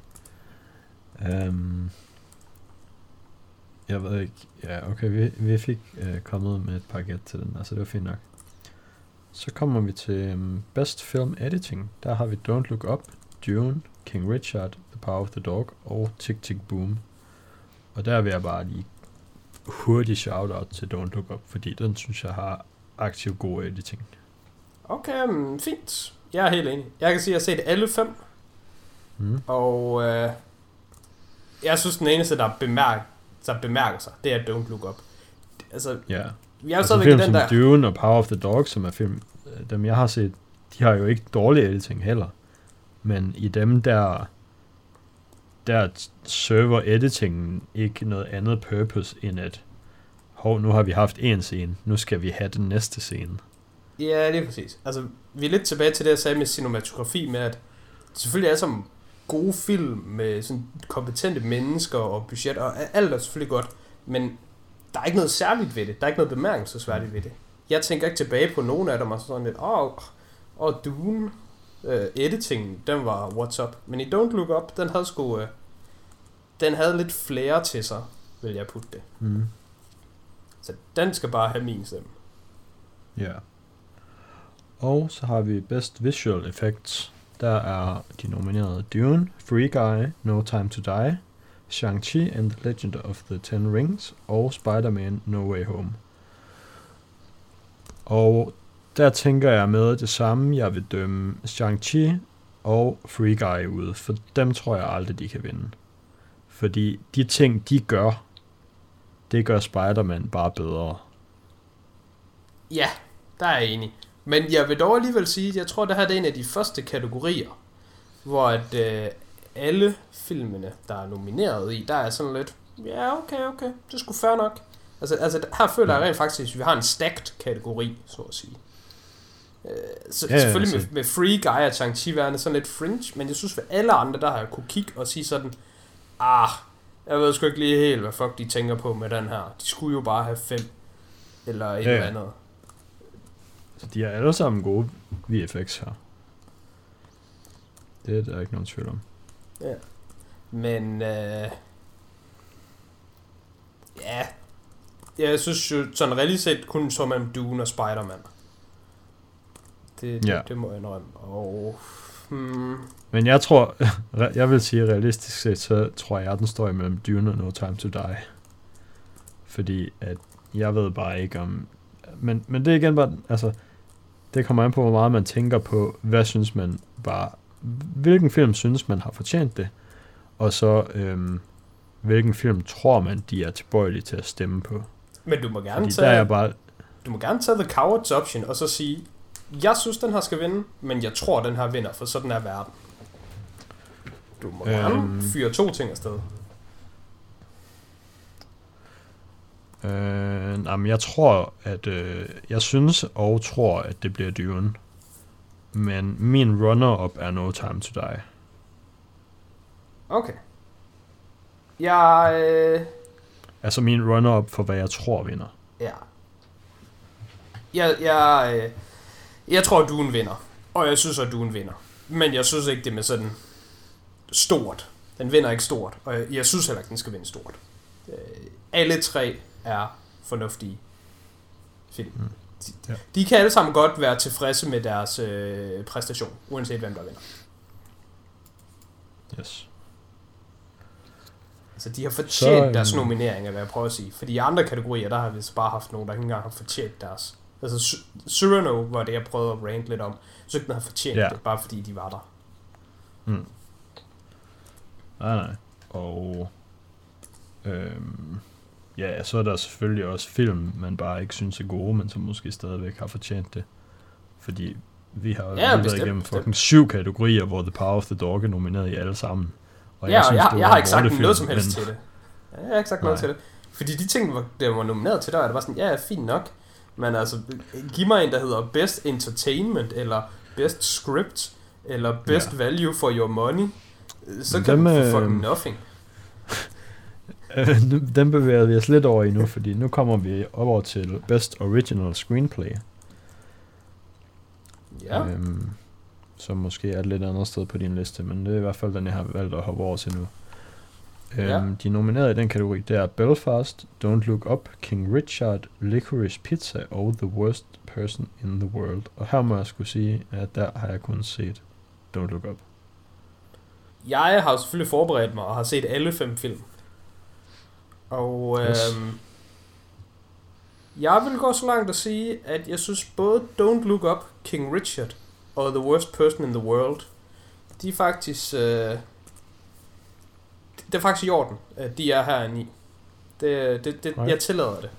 Jeg ved ikke. Ja, okay, vi fik kommet med et par gæt til den, altså det var fint nok. Så kommer vi til Best Film Editing. Der har vi Don't Look Up, Dune, King Richard, The Power of the Dog og Tick Tick Boom. Og der vil jeg bare lige hurtigt shout-out til Don't Look Up, fordi den synes jeg har aktiv god editing. Okay, fint. Jeg er helt enig. Jeg kan sige, at jeg har set alle 5. Og jeg synes, den eneste, der bemærker sig, det er Don't Look Up. Altså, ja. Vi er jo altså film den som der... Dune og Power of the Dog, som er film, dem jeg har set, de har jo ikke dårlig editing heller. Men i dem, der server editingen ikke noget andet purpose, end at nu har vi haft en scene, nu skal vi have den næste scene. Ja, det er præcis. Altså, vi er lidt tilbage til det, jeg sagde med cinematografi, med at selvfølgelig er som gode film med sådan kompetente mennesker og budget, og alt er selvfølgelig godt, men der er ikke noget særligt ved det. Der er ikke noget bemærkelsesværdigt ved det. Jeg tænker ikke tilbage på nogen af dem, og sådan lidt, Dune, editing, den var what's up. Men i Don't Look Up, den havde lidt flere til sig, vil jeg putte det. Så den skal bare have min stemme. Ja. Og så har vi Best Visual Effects. Der er de nominerede Dune, Free Guy, No Time to Die, Shang-Chi and the Legend of the Ten Rings og Spider-Man No Way Home. Og der tænker jeg med det samme, jeg vil dømme Shang-Chi og Free Guy ud, for dem tror jeg aldrig, de kan vinde. Fordi de ting, de gør, det gør Spider-Man bare bedre. Ja, der er jeg enig. Men jeg vil dog alligevel sige, at jeg tror, at det her er en af de første kategorier, hvor at, alle filmene, der er nomineret i, der er sådan lidt, ja, okay, det er sgu fair nok. Altså her føler jeg rent faktisk, at vi har en stacked kategori, så at sige. Selvfølgelig med Free Guy og Shang-Chi værende sådan lidt fringe, men jeg synes, at alle andre, der har jeg kunne kigge og sige sådan, jeg ved sgu ikke lige helt, hvad fuck de tænker på med den her. De skulle jo bare have 5, eller et eller andet. Så de er alle sammen gode VFX her. Det er der ikke nogen tvivl om. Ja. Men jeg synes jo sådan reelt set kun så mellem Dune og Spider-Man. Det må jeg indrømme. Men jeg tror, jeg vil sige realistisk set, så tror jeg, den står imellem Dune og No Time to Die. Fordi at jeg ved bare ikke om... Men det er igen bare, altså, det kommer an på, hvor meget man tænker på, hvad synes man bare... Hvilken film synes man har fortjent det, og så hvilken film tror man, de er tilbøjelige til at stemme på. Men du må gerne du må gerne tage the coward's option, og så sige, jeg synes, den her skal vinde, men jeg tror, den her vinder, for sådan er verden. Du må gerne fyre 2 ting afsted. Jeg tror, at jeg synes og tror, at det bliver Dune. Men min runner-up er No Time to Die. Okay. Altså min runner-up for, hvad jeg tror vinder. Ja. Jeg tror, Dune vinder. Og jeg synes, at Dune vinder. Men jeg synes ikke, det med sådan stort. Den vinder ikke stort. Og jeg synes heller ikke, den skal vinde stort. Alle 3 er fornuftige film. De kan alle sammen godt være tilfredse med deres præstation, uanset hvem der vinder. Yes. Altså, de har fortjent deres nomineringer, hvad jeg prøver at sige. Fordi i andre kategorier, der har vi så bare haft nogen, der ikke engang har fortjent deres. Altså, Cyrano var det, jeg prøvede at rant lidt om. Så ikke den har fortjent det, bare fordi de var der. Nej. Og ja, så er der selvfølgelig også film, man bare ikke synes er gode, men som måske stadigvæk har fortjent det. Fordi vi har jo været igennem fucking 7 kategorier, hvor The Power of the Dog er nomineret i alle sammen. Og jeg har ikke sagt noget som helst til det. Jeg har ikke sagt noget til det. Fordi de ting, der var nomineret til, der er det bare sådan, ja, fint nok. Men altså, giv mig en, der hedder Best Entertainment, eller Best Script, eller Best Value for Your Money. Så kan du få fucking nothing. Den bevæger vi os lidt over i nu, fordi nu kommer vi over til Best Original Screenplay. Ja. Som måske er et lidt andet sted på din liste, men det er i hvert fald den, jeg har valgt at hoppe over til nu. De nominerede i den kategori, det er Belfast, Don't Look Up, King Richard, Licorice Pizza og The Worst Person in the World. Og her må jeg skulle sige, at der har jeg kun set Don't Look Up. Jeg har selvfølgelig forberedt mig og har set alle 5 film. Og jeg vil gå så langt at sige, at jeg synes både Don't Look Up, King Richard og The Worst Person in the World, de er faktisk det er faktisk i orden, at de er herinde i. Jeg tillader det.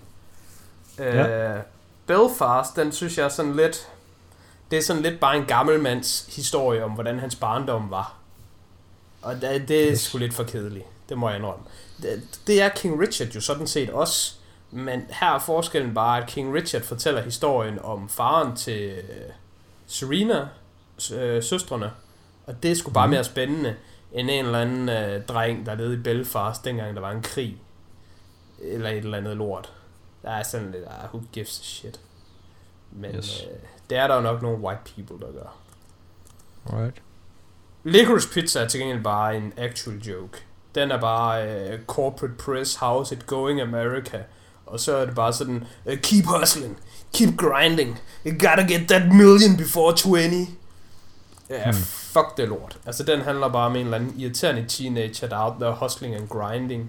Belfast, den synes jeg er sådan lidt, det er sådan lidt bare en gammel mands historie om, hvordan hans barndom var. Og det er sgu lidt for kedeligt. Det må jeg indrømme. Det er King Richard jo sådan set også, men her er forskellen bare, at King Richard fortæller historien om faren til Serena, søstrene, og det er sgu bare mere spændende end en eller anden dreng, der levede i Belfast, dengang der var en krig, eller et eller andet lort. Der er sådan lidt, who gives a shit. Men det er der jo nok nogle white people, der gør. Alright. Licorice Pizza er til gengæld bare en actual joke. Den er bare corporate press, how's it going America? Og så er det bare sådan, keep hustling, keep grinding, you gotta get that million before 20. Ja, fuck det lort. Altså den handler bare om en eller anden irriterende teenager, der er out there hustling and grinding,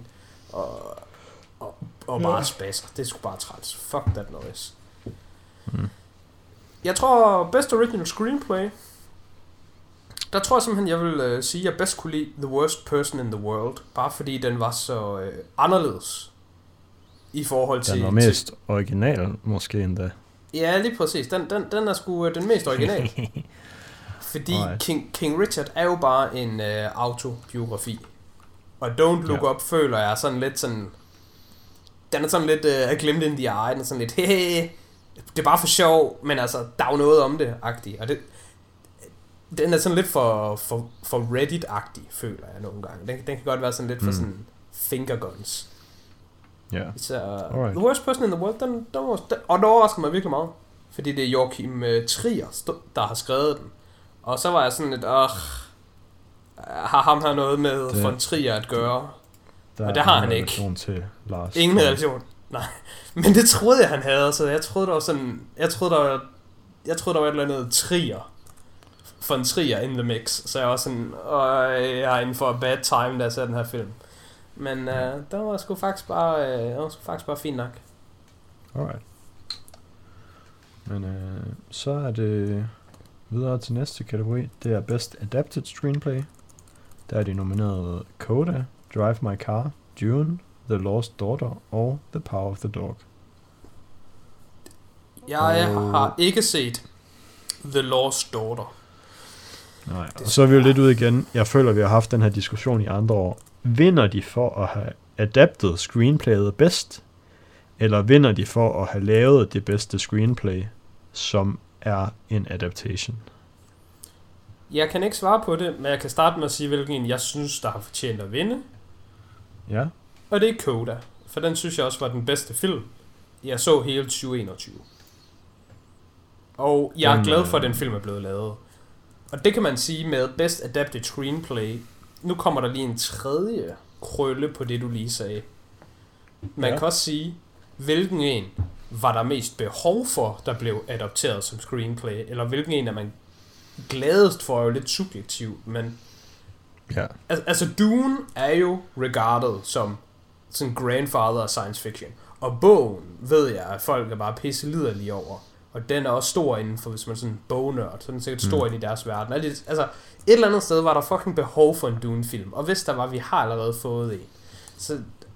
og bare spasser. Det er sgu bare træls. Fuck that noise. Jeg tror, Best Original Screenplay, der tror jeg simpelthen, jeg vil sige, at jeg bedst kunne lide The Worst Person in the World, bare fordi den var så anderledes i forhold til... Den var mest original, måske endda. Ja, lige præcis. Den er sgu den mest original. Fordi King Richard er jo bare en autobiografi. Og Don't Look Up føler jeg sådan lidt sådan... Den er sådan lidt glemt in the eye. Den er sådan lidt, hehe, det er bare for sjov, men altså, der er jo noget om det, agtigt. Og den er sådan lidt for Reddit-agtig, føler jeg nogle gange. Den kan godt være sådan lidt for sådan fingerguns. Ja. The Worst Person in the World, den overrasker mig virkelig meget. Fordi det er Joachim Trier, der har skrevet den. Og så var jeg sådan lidt, har ham her noget med von Trier at gøre? Og det har han ikke. Til Lars. Ingen relation. Nej. Men det troede jeg, han havde. Så jeg troede, der var sådan... Jeg troede, der var et eller andet Trier. Von Trier in the mix. Så jeg var sådan... jeg er inden for a bad time, da jeg ser den her film. Men der var sgu faktisk bare fint nok. Alright. Men så er det videre til næste kategori. Det er Best Adapted Screenplay. Der er de nomineret Coda, Drive My Car, Dune, The Lost Daughter og The Power of the Dog. Jeg har ikke set The Lost Daughter. Nej, og så er vi jo lidt ude igen. Jeg føler, vi har haft den her diskussion i andre år. Vinder de for at have adapted screenplayet bedst? Eller vinder de for at have lavet det bedste screenplay, som er en adaptation? Jeg kan ikke svare på det, men jeg kan starte med at sige, hvilken jeg synes, der har fortjent at vinde. Ja. Og det er Coda, for den synes jeg også var den bedste film. Jeg så hele 2021. Og jeg er glad for, at den film er blevet lavet. Og det kan man sige med Best Adapted Screenplay. Nu kommer der lige en tredje krølle på det, du lige sagde. Man kan også sige, hvilken en var der mest behov for, der blev adopteret som screenplay, eller hvilken en er man gladest for, er jo lidt subjektiv, men altså Dune er jo regarded som sådan grandfather af science fiction, og bogen ved jeg, at folk er bare pisse liderlige over, og den er også stor inden for, hvis man er sådan en bognørd, så den er sikkert stor ind i deres verden. Altså, et eller andet sted var der fucking behov for en Dune-film, og hvis der var, vi har allerede fået en. Så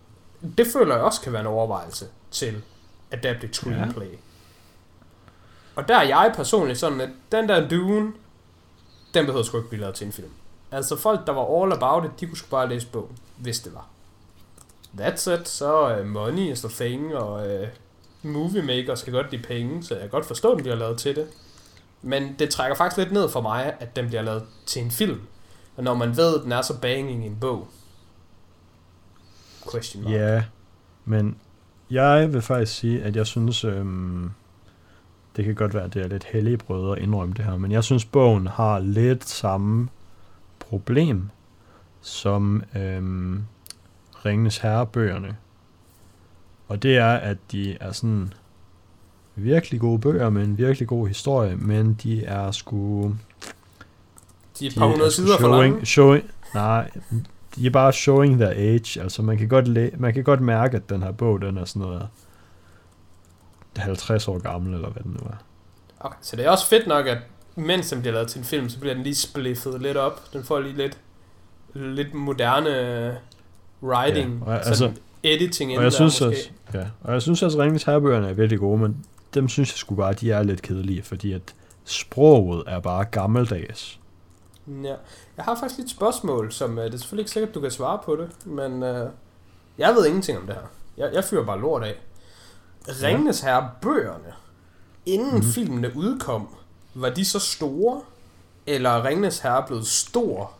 det føler jeg også kan være en overvejelse til adapted screenplay. Ja. Og der er jeg personligt sådan, at den der Dune, den behøver sgu ikke blive lavet til en film. Altså folk, der var all about it, de kunne sgu bare læse bogen, hvis det var. That's it, så money is the thing, og movie maker skal godt lide penge, så jeg kan godt forstå, at den bliver lavet til det. Men det trækker faktisk lidt ned for mig, at den bliver lavet til en film. Og når man ved, at den er så banging i en bog. Question mark. Ja, men jeg vil faktisk sige, at jeg synes, det kan godt være, at det er lidt helligbrød at indrømme det her, men jeg synes, bogen har lidt samme problem som Ringenes Herre-bøgerne. Og det er, at de er sådan virkelig gode bøger med en virkelig god historie, men de er sgu... De er et par hundrede sider for lange. Nej, de er bare showing their age. Altså man kan godt mærke, at den her bog, den er sådan noget 50 år gammel, eller hvad den nu er. Okay, så det er også fedt nok, at mens den bliver lavet til en film, så bliver den lige spliffet lidt op. Den får lige lidt moderne writing, ja, altså, editing og jeg synes måske. Og jeg synes også, at Ringenes Herre-bøgerne er virkelig gode, men dem synes jeg sgu bare, de er lidt kedelige, fordi at sproget er bare gammeldags. Ja. Jeg har faktisk et spørgsmål, som det er selvfølgelig ikke sikkert, du kan svare på det, men jeg ved ingenting om det her. Jeg fyrer bare lort af. Ringenes Herre-bøgerne, inden filmene udkom, var de så store, eller er Ringenes Herre blevet stor,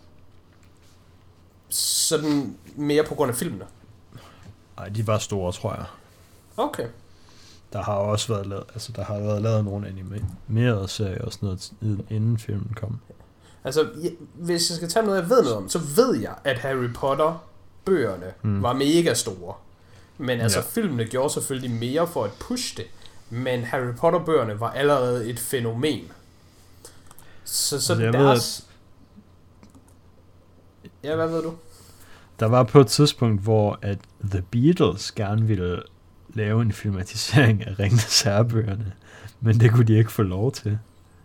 sådan mere på grund af filmene? Nej, de var store, tror jeg. Okay. Der har også været lavet, altså der har været lavet nogle animerede serier og sådan noget, inden filmen kom. Altså, hvis jeg skal tage noget, jeg ved noget om, så ved jeg, at Harry Potter-bøgerne var mega store. Men altså, filmene gjorde selvfølgelig mere for at pushe det. Men Harry Potter-bøgerne var allerede et fænomen. Så altså, deres... Ja, hvad ved du? Der var på et tidspunkt, hvor at The Beatles gerne ville lave en filmatisering af Ringenes Herre-bøgerne, men det kunne de ikke få lov til.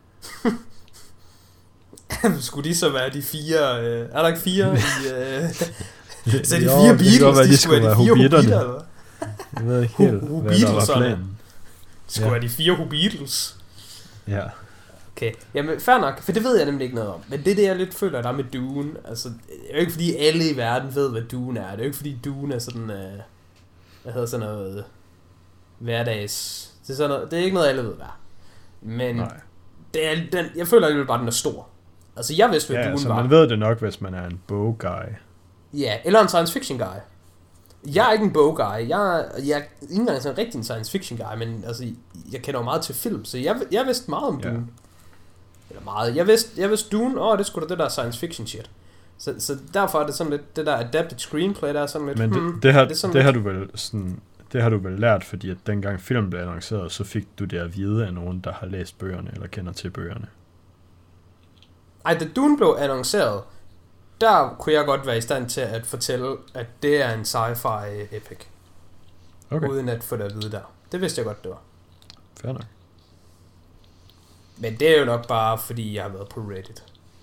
Skulle de så være de fire... er der ikke fire i... så de fire Beatles, de skulle være de fire hobitter, eller? Jeg ved ikke helt, hvad der var planen. Det skulle være de fire Hobbitles. Ja. Okay, jamen fair nok, for det ved jeg nemlig ikke noget om. Men det jeg lidt føler, der med Dune, altså, det er jo ikke fordi alle i verden ved, hvad Dune er. Det er jo ikke fordi Dune er sådan, hvad hedder sådan noget, hverdags. Det er, sådan noget, det er ikke noget, alle ved, hvad. Men det er, jeg føler alligevel bare, den er stor. Altså, jeg vidste, hvad Dune altså, var. Man ved det nok, hvis man er en bogguy. Ja, eller en science fiction guy. Jeg er ikke en bogguy. Jeg er ikke engang sådan rigtig en science fiction guy, men altså, jeg kender jo meget til film, så jeg vidste meget om Dune. Eller meget. Jeg vidste Dune, det skulle da det der science fiction shit. Så derfor er det sådan lidt, det der adapted screenplay, der er sådan lidt... Men det har du vel lært, fordi at dengang filmen blev annonceret, så fik du det at vide af nogen, der har læst bøgerne, eller kender til bøgerne. Ej, da Dune blev annonceret, der kunne jeg godt være i stand til at fortælle, at det er en sci-fi epic. Okay. Uden at få det at vide der. Det vidste jeg godt, det var. Fair nok. Men det er jo nok bare, fordi jeg har været på Reddit.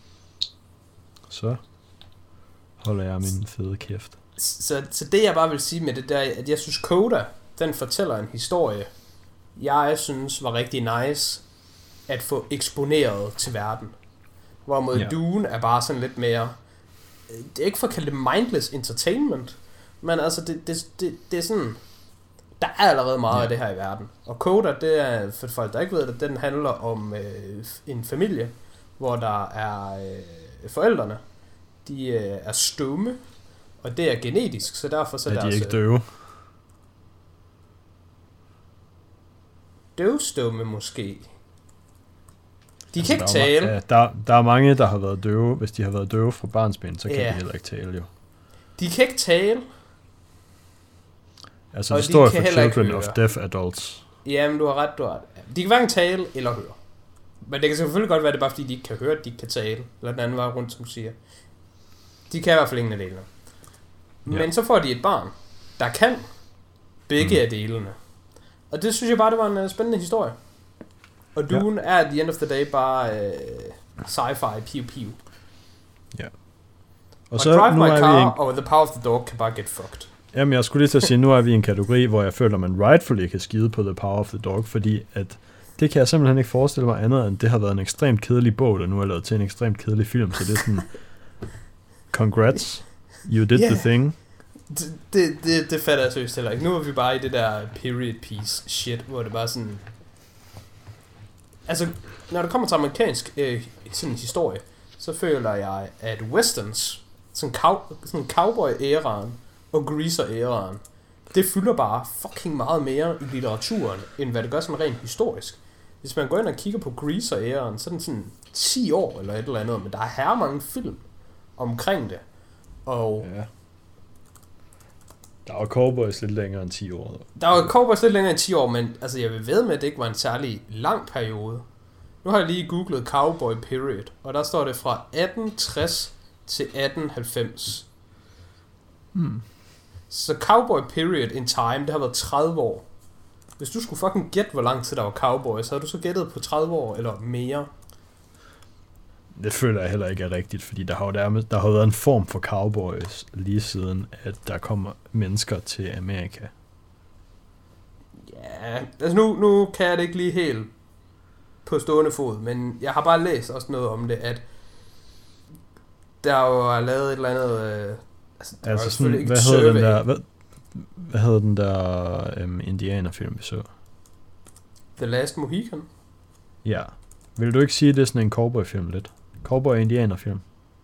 Så holder jeg min fede kæft. Så det jeg bare vil sige med det der, at jeg synes Coda, den fortæller en historie, jeg synes var rigtig nice at få eksponeret til verden. Hvorimod Dune er bare sådan lidt mere, det er ikke for at kalde det mindless entertainment, men altså det er sådan, der er allerede meget af det her i verden. Og Coda, det er, for folk der ikke ved det, den handler om en familie, hvor der er forældrene, de er stumme, og det er genetisk, så derfor så er de ikke døve? Døvstumme måske. De kan ikke tale. Der er mange, der har været døve. Hvis de har været døve fra barnsben, så kan de heller ikke tale, jo. De kan ikke tale. Altså, det står for Children of Deaf Adults. Jamen, du har ret. De kan hverken tale eller høre. Men det kan selvfølgelig godt være, det er bare fordi, de ikke kan høre, at de ikke kan tale. Eller den anden vej rundt, som du siger. De kan i hvert fald ingen af delene. Men så får de et barn, der kan begge af delene. Og det synes jeg bare, det var en spændende historie. Og Dune er at the end of the day bare sci-fi pew. Ja. Og så Drive My Car og The Power of the Dog kan bare get fucked. Jamen, jeg skulle lige til at sige, nu er vi i en kategori, hvor jeg føler, man rightfully kan skide på The Power of the Dog, fordi at det kan jeg simpelthen ikke forestille mig andet, end det har været en ekstremt kedelig bog, der nu er lavet til en ekstremt kedelig film, så det er sådan, congrats, you did the thing. Det fatter jeg seriøst heller ikke. Nu er vi bare i det der period piece shit, hvor det bare sådan... Altså, når det kommer til amerikansk sådan historie, så føler jeg, at westerns, sådan cowboy-æraen og greaser-æraen, det fylder bare fucking meget mere i litteraturen, end hvad det gør sådan rent historisk. Hvis man går ind og kigger på greaser-æraen, så er den sådan 10 år eller et eller andet, men der er her mange film omkring det. Og ja. Der var Cowboys lidt længere end 10 år. Der var Cowboys lidt længere end 10 år, men altså, jeg vil ved med, at det ikke var en særlig lang periode. Nu har jeg lige googlet Cowboy Period, og der står det fra 1860 til 1890. Så Cowboy Period in time, det har været 30 år. Hvis du skulle fucking gætte, hvor lang tid der var cowboy, så havde du så gættet på 30 år eller mere. Det føler jeg heller ikke er rigtigt, fordi der har været en form for cowboys lige siden, at der kommer mennesker til Amerika. Ja, altså nu kan jeg det ikke lige helt på stående fod, men jeg har bare læst også noget om det, at der var lavet et eller andet... altså sådan, hvad hedder den der indianerfilm, vi så? The Last Mohican? Ja. Vil du ikke sige, at det er sådan en cowboy-film lidt? Cowboy-indianer-film?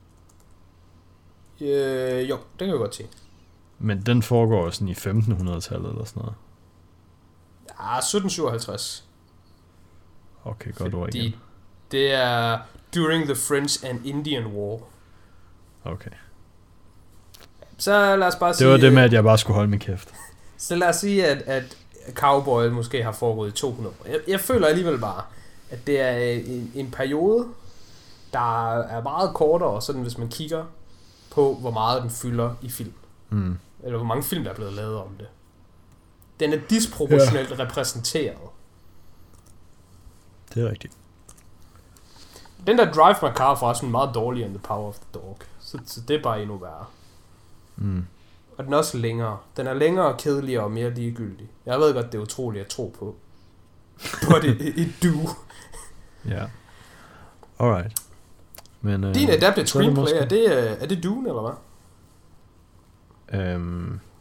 Jo, det kan jeg godt sige. Men den foregår sådan i 1500-tallet eller sådan noget? Ja, 1757. Okay, godt ord igen. Det er during the French and Indian War. Okay. Så lad os bare sige... Det var det med, at jeg bare skulle holde min kæft. Så lad os sige, at cowboy måske har foregået i 200 år. Jeg føler alligevel bare, at det er en periode, der er meget kortere, sådan hvis man kigger på, hvor meget den fylder i film. Eller hvor mange film, der er blevet lavet om det. Den er disproportionelt repræsenteret. Det er rigtigt. Den der Drive My Car er forresten meget dårligere end The Power of the Dog. Så det er bare endnu værre. Og den er også længere. Den er længere, kedeligere og mere ligegyldig. Jeg ved godt, det er utroligt at tro på. På det i du. Ja. Alright. Men, din adapted screenplay, er det Dune, eller hvad?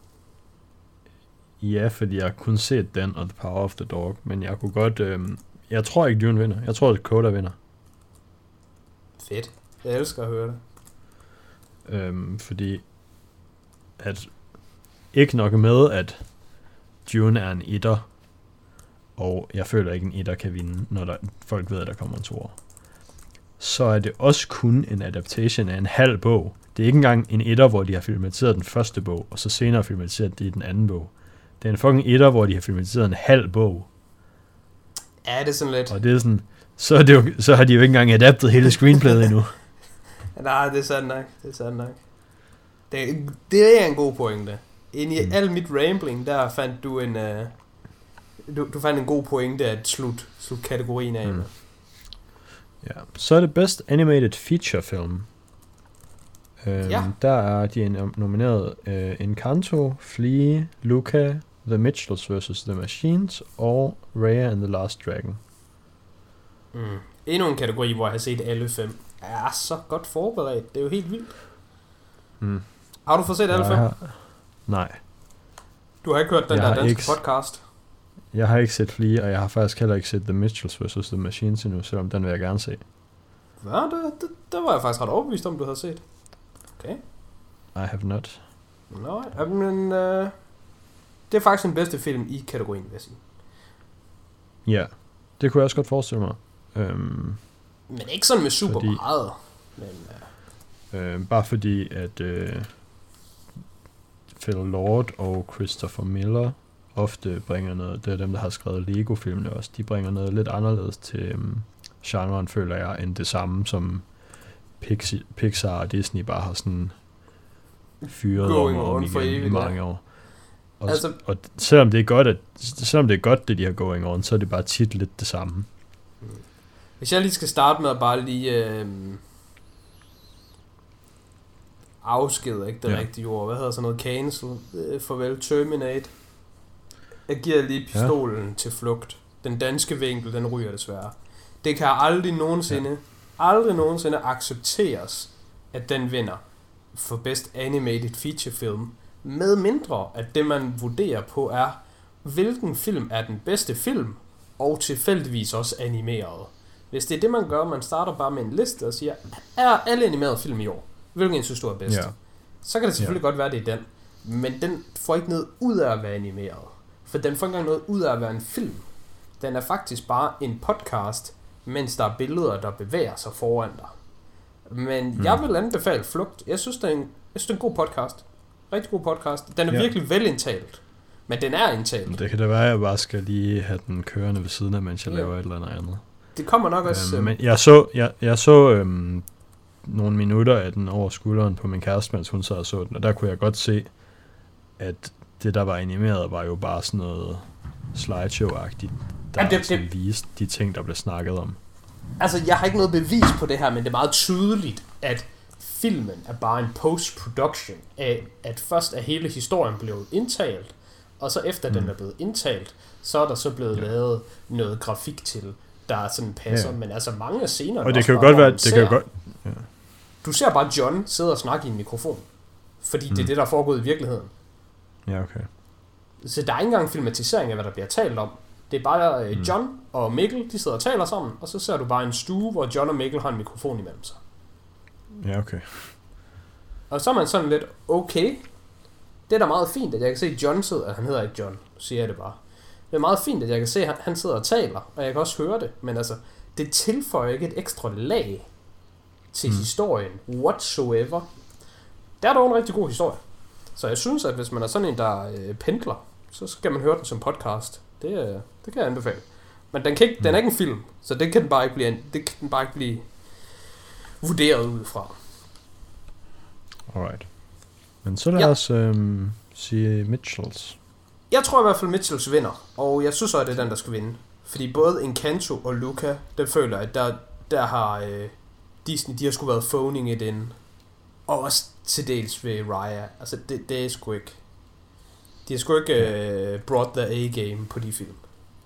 Ja, fordi jeg har kun set den og The Power of the Dog, men jeg kunne godt... jeg tror ikke, Dune vinder. Jeg tror, at Coda vinder. Fedt. Jeg elsker at høre det. Fordi at ikke nok med, at Dune er en etter, og jeg føler ikke, en etter kan vinde, når folk ved, at der kommer en toer. Så er det også kun en adaptation af en halv bog. Det er ikke engang en etter, hvor de har filmatiseret den første bog, og så senere filmatiseret det i den anden bog. Det er en fucking etter, hvor de har filmatiseret en halv bog. Ja, det er sådan lidt. Og det er sådan, så har de jo ikke engang adaptet hele screenplayet endnu. Nej, det er sandt nok. Det er en god pointe. Ind i al mit rambling, der fandt du en... Du fandt en god pointe at slutte kategorien af med. Ja, så er det Best Animated Feature Film. Der er de nomineret Encanto, Flea, Luca, The Mitchells vs. The Machines og Raya and the Last Dragon. Endnu en kategori, hvor jeg har set alle 5. Er så godt forberedt. Det er jo helt vildt. Har du fået set alle 5? Nej. Du har ikke hørt den der danske podcast? Jeg har ikke set Flea, og jeg har faktisk heller ikke set The Mitchells vs. The Machines endnu, selvom den vil jeg gerne se. Hvad? Det var jeg faktisk ret overbevist om, du havde set. Okay. I have not. Nej, men det er faktisk den bedste film i kategorien, vil jeg sige. Ja, det kunne jeg også godt forestille mig. Men ikke sådan med super meget. Men, bare fordi, at Phil Lord og Christopher Miller ofte bringer noget, det er dem, der har skrevet Lego-filmene også, de bringer noget lidt anderledes til genren, føler jeg, end det samme, som Pixar og Disney bare har sådan fyret om igen i mange år. Og, altså, og selvom det er godt, det de har going on, så er det bare tit lidt det samme. Hvis jeg lige skal starte med at bare lige afsked, ikke det rigtige ord. Hvad hedder sådan noget? Cancel. Farvel, terminate. Jeg giver lige pistolen til Flugt. Den danske vinkel, den ryger desværre. Det kan aldrig nogensinde accepteres, at den vinder for Best Animated Feature Film, med mindre at det man vurderer på er, hvilken film er den bedste film, og tilfældigvis også animeret. Hvis det er det man gør, man starter bare med en liste og siger, er alle animerede film i år? Hvilken synes du er bedst? Så kan det selvfølgelig godt være, det er den. Men den får ikke noget ud af at være animeret. For den får ikke engang noget ud af at være en film. Den er faktisk bare en podcast, mens der er billeder, der bevæger sig foran dig. Men jeg vil anbefale Flugt. Jeg synes, det er en god podcast. Rigtig god podcast. Den er virkelig velindtalt. Men den er indtalt. Det kan da være, at jeg bare skal lige have den kørende ved siden af, mens jeg laver et eller andet. Det kommer nok også... Men jeg så nogle minutter af den over skulderen på min kæreste, mens hun sad og så den. Og der kunne jeg godt se, at det, der var animeret, var jo bare sådan noget slideshow-agtigt, der viste de ting, der blev snakket om. Altså, jeg har ikke noget bevis på det her, men det er meget tydeligt, at filmen er bare en post-production af, at først er hele historien blevet indtalt, og så efter den er blevet indtalt, så er der så blevet lavet noget grafik til, der sådan passer, men altså mange af scenerne... Og det kan jo godt være... Du ser bare John sidde og snakke i en mikrofon, fordi det er det, der er foregået i virkeligheden. Ja, okay. Så der er ikke engang filmatisering af, hvad der bliver talt om. Det er bare John og Mikkel, de sidder og taler sammen, og så ser du bare en stue, hvor John og Mikkel har en mikrofon imellem sig. Ja, okay. Og så er man sådan lidt, okay, det er da meget fint, at jeg kan se John sidder, han hedder ikke John, siger jeg det bare. Det er meget fint, at jeg kan se, at han sidder og taler, og jeg kan også høre det, men altså, det tilføjer ikke et ekstra lag til historien, whatsoever. Der er dog en rigtig god historie. Så jeg synes, at hvis man er sådan en, der pendler, så skal man høre den som podcast. Det kan jeg anbefale. Men den er ikke en film, så det kan den bare ikke blive vurderet ud fra. Alright. Men så lad os sige Mitchells. Jeg tror i hvert fald Mitchells vinder, og jeg synes også, at det er den, der skal vinde. Fordi både Encanto og Luca, den føler, at der har Disney, de har sgu været phoning it in. Og også til dels ved Raya. Altså, det er sgu ikke... De har sgu ikke brought the A-game på de film.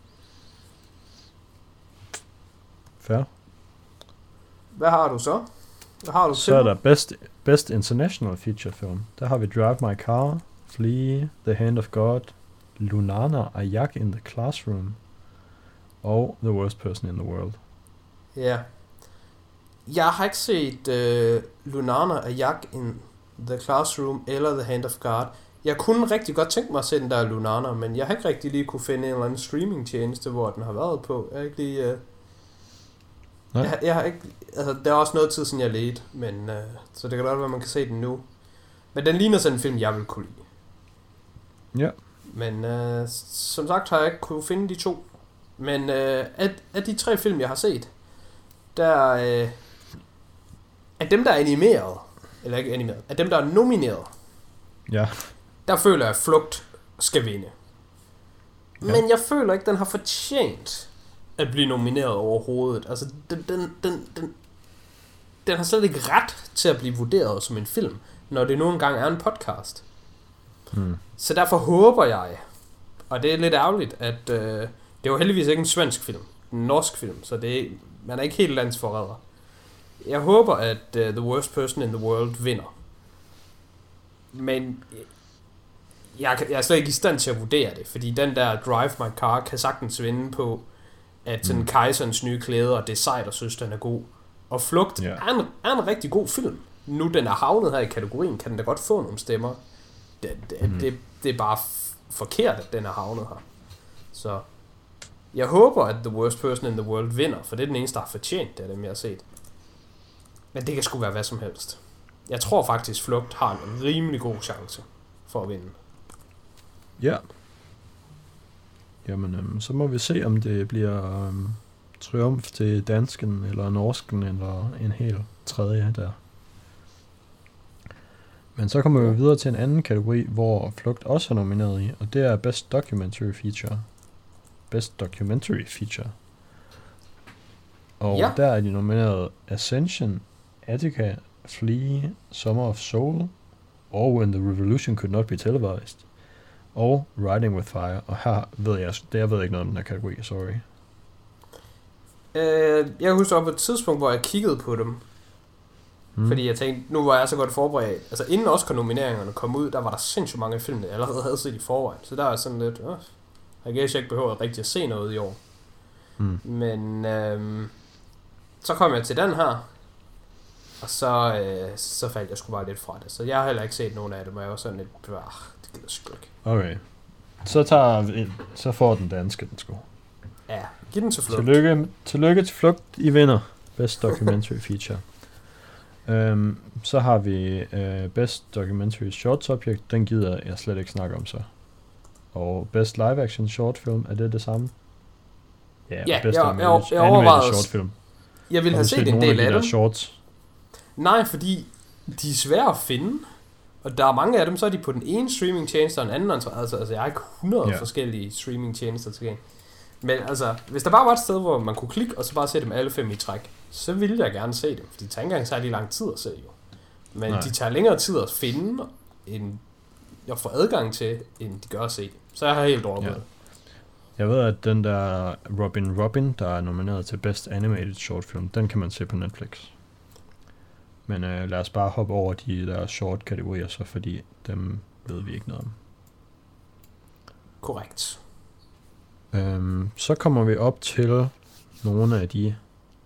Fair. Hvad har du så? Så er der Best International Feature Film. Der har vi Drive My Car, Flea, The Hand of God, Lunana, A Yak in the Classroom og The Worst Person in the World. Ja. Jeg har ikke set Lunana, A Yak in the Classroom eller The Hand of God. Jeg kunne rigtig godt tænke mig at se den der Lunana, men jeg har ikke rigtig lige kunne finde en eller anden streamingtjeneste, hvor den har været på. Jeg har ikke lige... Jeg har ikke... Altså, der er også noget tid siden jeg ledte, men... så det kan godt være, man kan se den nu. Men den ligner sådan en film, jeg vil kunne lide. Ja. Men som sagt har jeg ikke kunne finde de to. Men af de 3 film, jeg har set, der... af dem, der er animeret, eller ikke animeret, af dem, der er nomineret, der føler jeg, at Flugt skal vinde. Ja. Men jeg føler ikke, den har fortjent at blive nomineret overhovedet. Altså, den har slet ikke ret til at blive vurderet som en film, når det nu engang er en podcast. Så derfor håber jeg, og det er lidt ærgerligt, at det er jo heldigvis ikke en svensk film, en norsk film, så man er ikke helt landsforræder. Jeg håber, at The Worst Person in the World vinder. Men jeg er slet ikke i stand til at vurdere det, fordi den der Drive My Car kan sagtens vinde på, at sådan Kejserens nye klæder, og det er sejt, og synes, den er god. Og Flugt er en rigtig god film. Nu den er havnet her i kategorien, kan den da godt få nogle stemmer. Det er bare forkert, at den er havnet her. Så jeg håber, at The Worst Person in the World vinder, for det er den eneste, der har fortjent det, af dem jeg har set. Men det kan sgu være hvad som helst. Jeg tror faktisk, Flugt har en rimelig god chance for at vinde. Ja. Jamen, så må vi se, om det bliver triumf til dansken, eller norsken, eller en helt tredje der. Men så kommer vi videre til en anden kategori, hvor Flugt også er nomineret i, og det er Best Documentary Feature. Best Documentary Feature. Og der er de nomineret Ascension, Attica, Flea, Summer of Soul, og When the Revolution Could Not Be Televised, og Riding with Fire. Og her ved jeg ved ikke noget om den her kategori, sorry. Jeg husker på et tidspunkt, hvor jeg kiggede på dem, fordi jeg tænkte, nu var jeg så godt forberedt. Altså inden Oscar-nomineringerne kom ud, der var der sindssygt mange film, jeg allerede havde set i forvejen. Så der er sådan lidt, jeg guess jeg ikke behøver rigtig at se noget i år. Men så kom jeg til den her, og så faldt jeg sgu bare lidt fra det. Så jeg har heller ikke set nogen af dem, og jeg var sådan lidt, det gider sgu ikke. Okay. Så får den danske den sgu. Ja, giv den til Flugt. Tillykke til Flugt, I vinder Best Documentary Feature. Så har vi Best Documentary Short Subject, den gider jeg slet ikke snakke om så. Og Best Live Action Short Film, er det samme? Ja, Best jeg Animated Short Film. Jeg ville have set en del af dem. Shorts? Nej, fordi de er svære at finde, og der er mange af dem, så er de på den ene streamingtjeneste og den anden. Altså jeg har ikke 100 forskellige streamingtjenester til gang. Men altså, hvis der bare var et sted, hvor man kunne klikke, og så bare se dem alle 5 i træk, så ville jeg gerne se dem. For de tager ikke engang særlig lang tid at se, jo. Men de tager længere tid at finde, end jeg får adgang til, end de gør at se. Så jeg har helt droppet det. Jeg ved, at den der Robin, der er nomineret til Best Animated Short Film, den kan man se på Netflix. Men lad os bare hoppe over de der short-kategorier, så fordi dem ved vi ikke noget om. Korrekt. Så kommer vi op til nogle af de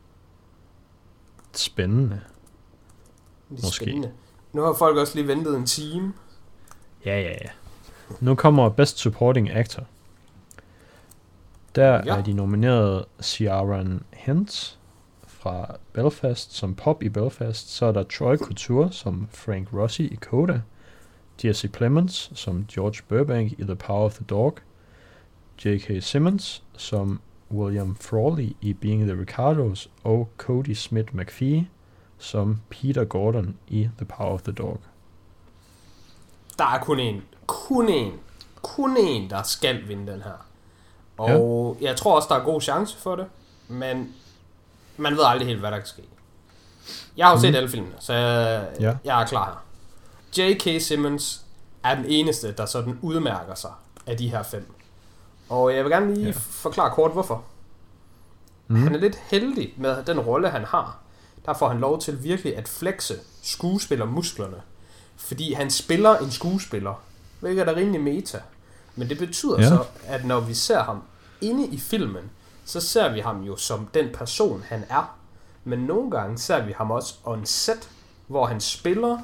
spændende. Måske. Spændende. Nu har folk også lige ventet en time. Ja. Nu kommer Best Supporting Actor. Der er de nomineret Ciaran Hinds fra Belfast som Pop i Belfast. Så er der Troy Couture som Frank Rossi i Coda. Jesse Plemons som George Burbank i The Power of the Dog. J.K. Simmons som William Frawley i Being the Ricardos. Og Cody Smith McPhee som Peter Gordon i The Power of the Dog. Der er kun én, der skal vinde den her. Og jeg tror også, der er god chance for det, men man ved aldrig helt, hvad der kan ske. Jeg har jo set alle filmene, så jeg er klar her. J.K. Simmons er den eneste, der sådan udmærker sig af de her 5. Og jeg vil gerne lige forklare kort, hvorfor. Han er lidt heldig med den rolle, han har. Der får han lov til virkelig at flexe skuespillermusklerne. Fordi han spiller en skuespiller, hvilket er rimelig meta. Men det betyder så, at når vi ser ham inde i filmen, så ser vi ham jo som den person, han er. Men nogle gange ser vi ham også on set, hvor han spiller.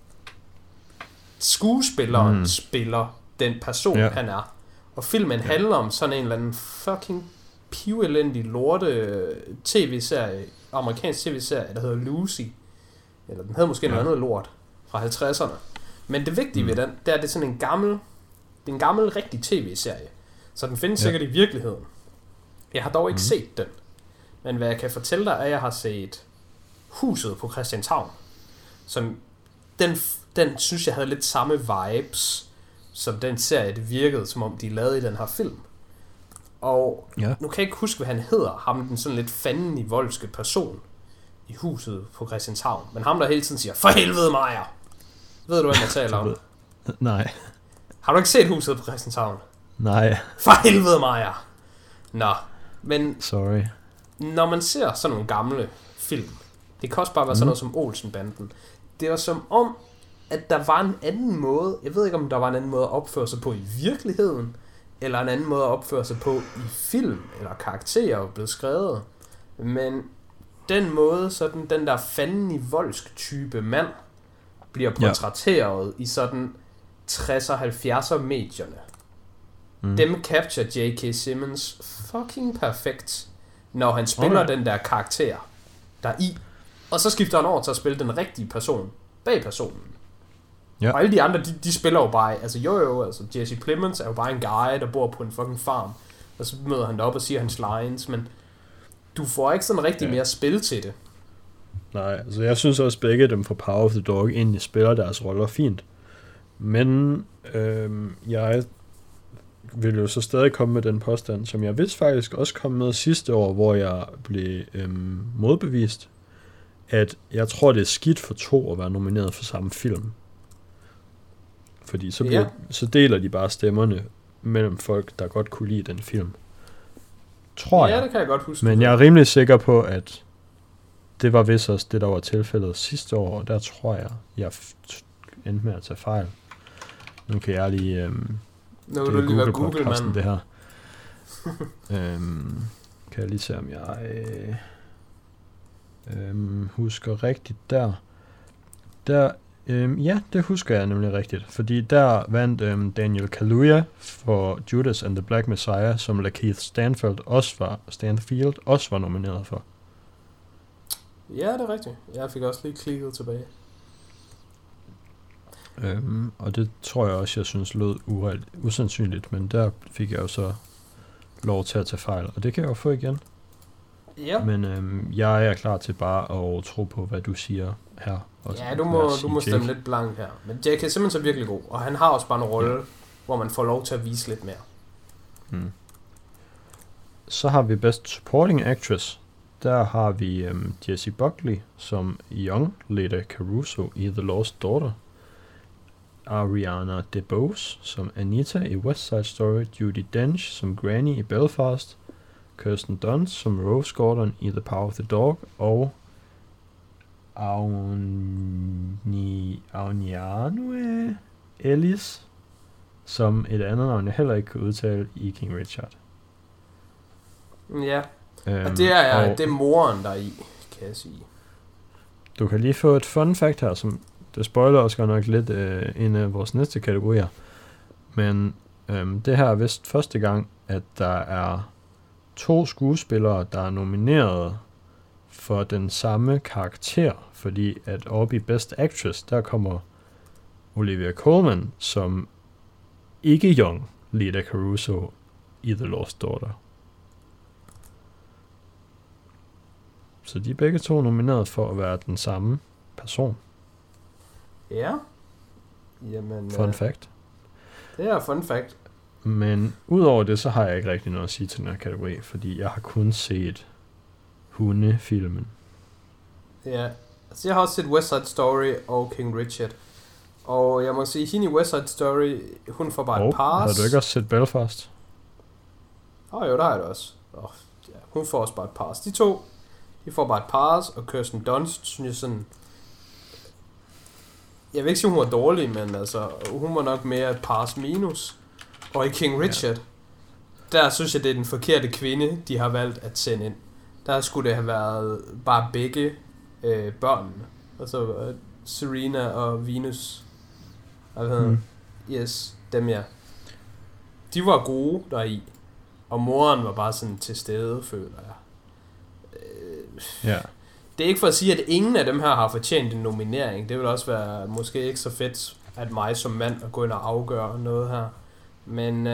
Skuespilleren spiller den person, han er. Og filmen handler om sådan en eller anden fucking pivelendig lorte tv-serie, amerikansk tv-serie, der hedder Lucy. Eller den hedder måske noget andet lort fra 50'erne. Men det vigtige ved den, det er, at det er sådan en gammel rigtig tv-serie. Så den findes sikkert i virkeligheden. Jeg har dog ikke set den. Men hvad jeg kan fortælle dig, er, at jeg har set Huset på Christianshavn. Som den synes jeg havde lidt samme vibes som den serie, det virkede som om de lavede i den her film. Og nu kan jeg ikke huske, hvad han hedder. Ham den sådan lidt fanden i voldske person i Huset på Christianshavn. Men ham der hele tiden siger, for helvede Maja. Ved du, hvad jeg taler om? Nej. Har du ikke set Huset på Christianshavn? Nej. For helvede Maja. Nå, men sorry. Når man ser sådan nogle gamle film, det kan også bare være sådan noget som Olsenbanden. Det var som om, at der var en anden måde, jeg ved ikke om der var en anden måde at opføre sig på i virkeligheden, eller en anden måde at opføre sig på i film, eller karakterer blevet skrevet. Men den måde, sådan den der fanden i voldsk type mand, bliver portrætteret i sådan 60'er 70'er medierne. Dem capture J.K. Simmons fucking perfekt, når han spiller den der karakter der i. Og så skifter han over til at spille den rigtige person bag personen. Og alle de andre, de spiller jo bare, altså Jesse Plemons er jo bare en guy, der bor på en fucking farm. Og så møder han op og siger hans lines, men du får ikke sådan rigtig mere spil til det. Nej, altså jeg synes også begge dem fra Power of the Dog egentlig spiller deres roller fint. Men jeg vil jo så stadig komme med den påstand, som jeg vist faktisk også kom med sidste år, hvor jeg blev modbevist. at jeg tror, det er skidt for 2 at være nomineret for samme film. Fordi så deler de bare stemmerne mellem folk, der godt kunne lide den film. Tror jeg. Ja, det kan jeg godt huske. Men jeg er rimelig sikker på, at det var vist også det, der var tilfældet sidste år, og der tror jeg endte med at tage fejl. Nu kan jeg lige... nu kan du lige være Google-manden. Det her. Kan jeg lige se, om jeg husker rigtigt der. Ja, det husker jeg nemlig rigtigt. Fordi der vandt Daniel Kaluuya for Judas and the Black Messiah, som Lakeith Stanfield også var nomineret for. Ja, det er rigtigt. Jeg fik også lige klikket tilbage. Og det tror jeg også, jeg synes lød usandsynligt, men der fik jeg jo så lov til at tage fejl, og det kan jeg jo få igen. Ja. Men jeg er klar til bare at tro på, hvad du siger her. Ja, du må stemme lidt blank her. Men Jake er simpelthen så virkelig god, og han har også bare en rolle, hvor man får lov til at vise lidt mere. Så har vi Best Supporting Actress. Der har vi Jessie Buckley som Young Leda Caruso i The Lost Daughter. Ariana DeBose som Anita i West Side Story. Judi Dench som Granny i Belfast. Kirsten Dunst som Rose Gordon i The Power of the Dog. Og Aunyanue Ellis som et andet navn, jeg heller ikke kan udtale, i King Richard. Ja, og det er moren, der er i, kan jeg sige. Du kan lige få et fun fact her, som det spoiler også godt nok lidt en af vores næste kategorier. Men det her er vist første gang, at der er 2 skuespillere, der er nomineret for den samme karakter, fordi at oppe i Best Actress, der kommer Olivia Colman som ikke Young Leda Caruso i The Lost Daughter. Så de er begge 2 nomineret for at være den samme person. Ja. Jamen, fun fact. Det er fun fact. Men udover det, så har jeg ikke rigtig noget at sige til den her kategori, fordi jeg har kun set hundefilmen. Ja, altså jeg har også set West Side Story og King Richard. Og jeg må sige, hende i West Side Story, hun får bare et pass. Har du ikke også set Belfast? Jo, der har jeg det også. Ja, hun får også bare et pass. De 2, de får bare et pass, og Kirsten Dunst, synes jeg sådan... Jeg vil ikke sige, hun var dårlig, men altså, hun var nok mere et pass minus. Og i King Richard, der synes jeg, det er den forkerte kvinde, de har valgt at sende ind. Der skulle det have været bare begge børnene. Altså Serena og Venus. Yes, dem ja. De var gode deri. Og moren var bare sådan til stede, føler jeg. Det er ikke for at sige, at ingen af dem her har fortjent en nominering. Det vil også være måske ikke så fedt, at mig som mand at gå ind og afgøre noget her. Men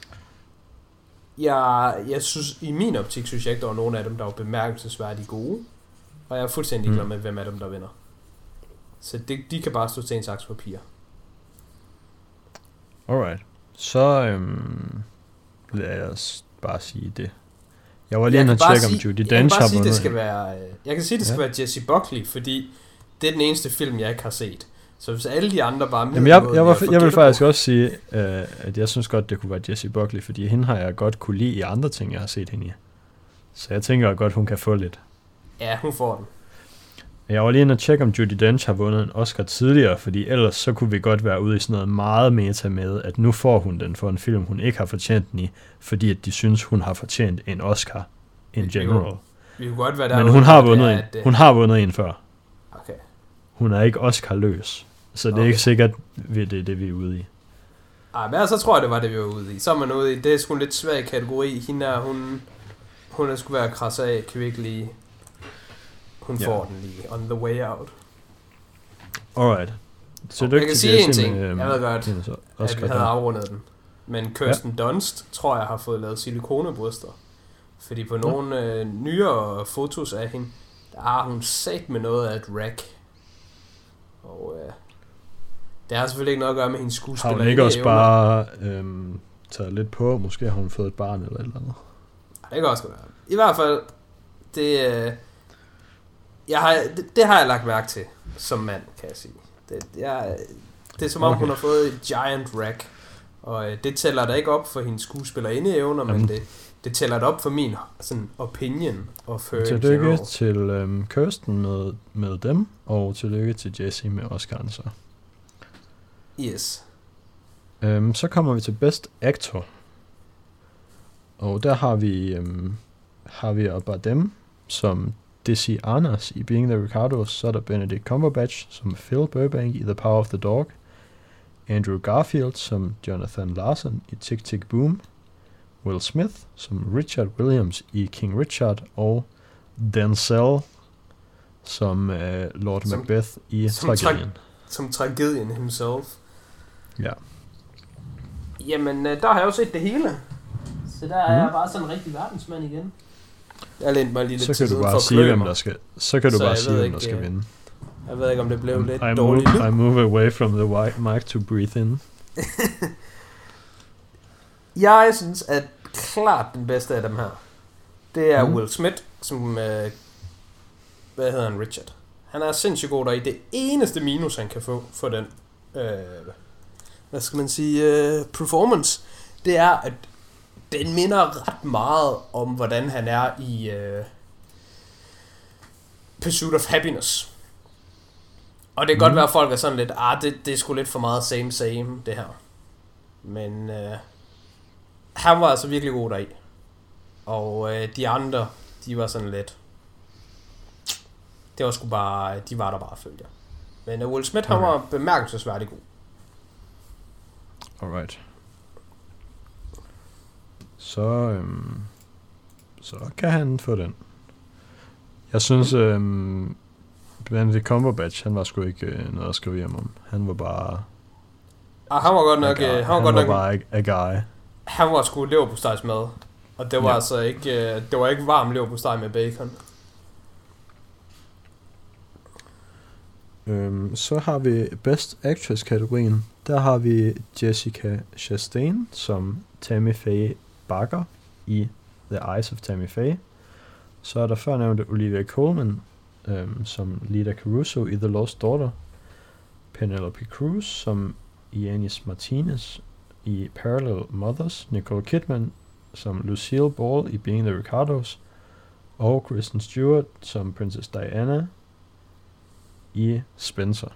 jeg synes, i min optik synes jeg ikke, der var nogen af dem, der var bemærkelsesværdigt gode. Og jeg er fuldstændig glad med, hvem af dem, der vinder. Så de kan bare stå til en saks papir. Alright. Så lad os bare sige det. Jeg var lige inde og tjekke, om Judi Dench har vundet. Jeg kan sige, det skal være Jessie Buckley, fordi det er den eneste film, jeg ikke har set. Så hvis alle de andre bare... Jamen jeg vil faktisk også sige, at jeg synes godt, det kunne være Jessie Buckley, fordi hende har jeg godt kunne lide i andre ting, jeg har set hende i. Så jeg tænker godt, hun kan få lidt. Ja, hun får den. Jeg var lige inde og tjekke, om Judi Dench har vundet en Oscar tidligere, fordi ellers så kunne vi godt være ude i sådan noget meget meta med, at nu får hun den for en film, hun ikke har fortjent den i, fordi at de synes, hun har fortjent en Oscar in general. Vi kunne godt være der. Men hun har vundet en. Hun har vundet en før. Okay. Hun er ikke Oscar-løs, så det er ikke sikkert, at det er det, vi er ude i. Ej, men så tror jeg, det var det, vi var ude i. Så er man ude i, det er sgu en lidt svag kategori. Hende er, hun er sgu være kras af, kan vi ikke lige... Hun får den lige on the way out. Alright. Så jeg kan sige en ting. Jeg ved godt, at vi havde afrundet den. Men Kirsten Dunst, tror jeg, har fået lavet silikonebryster. Fordi på nogle nyere fotos af hende, der har hun sat med noget af et rack. Og det har selvfølgelig ikke noget at gøre med hendes skuespiller. Har hun ikke også bare taget lidt på? Måske har hun fået et barn eller et eller andet. Det kan også være. I hvert fald, det Det har jeg lagt mærke til, som mand, kan jeg sige. Det er som om, hun har fået et giant rack, og det tæller da ikke op for hendes skuespillerinde-evner, men det tæller da op for min sådan opinion of her. Tillykke til Kirsten med dem, og tillykke til Jessie med Oscar'en så. Yes. Så kommer vi til Best Actor. Og der har vi Bardem som Dizzy Arnaz i Being the Ricardos. Så er der Benedict Cumberbatch som Phil Burbank i The Power of the Dog. Andrew Garfield som Jonathan Larson i Tick Tick Boom. Will Smith som Richard Williams i King Richard. Og Denzel som Lord Macbeth i Tragedien. Som Tragedien himself. Ja. Jamen, der har jeg jo set det hele. Så der er jeg bare sådan en rigtig verdensmand igen. Jeg lænte mig lige lidt til siden for at klø mig. Så kan du bare sige, hvem der skal vinde. Jeg ved ikke, om det blev lidt dårligt nu. I move away from the white mic to breathe in. Jeg synes, at klart den bedste af dem her, det er Will Smith, som, hvad hedder han, Richard. Han er sindssygt god deri. Det eneste minus, han kan få for den, hvad skal man sige, performance, det er, at den minder ret meget om, hvordan han er i Pursuit of Happiness. Og det kan godt være, at folk er sådan lidt, det er sgu lidt for meget same, det her. Men han var altså virkelig god deri. Og de andre, de var sådan lidt, det var sgu bare, de var der bare, følger. Men Will Smith, han var bemærkelsesværdig god. Alright. Så kan han få den. Jeg synes, Benedict Cumberbatch, han var sgu ikke noget at skrive hjem om. Han var bare... han var godt nok... Han var bare a guy. Han var sgu leverpostejsmad. Og det var altså ikke... det var ikke varm leverpostej med bacon. Så har vi Best Actress-kategorien. Der har vi Jessica Chastain som Tammy Faye Bakker i The Eyes of Tammy Faye. Så er der førnævnte Olivia Colman som Lida Caruso i The Lost Daughter. Penelope Cruz som Ianis Martinez i Parallel Mothers. Nicole Kidman som Lucille Ball i Being the Ricardos. Og Kristen Stewart som Princess Diana i Spencer.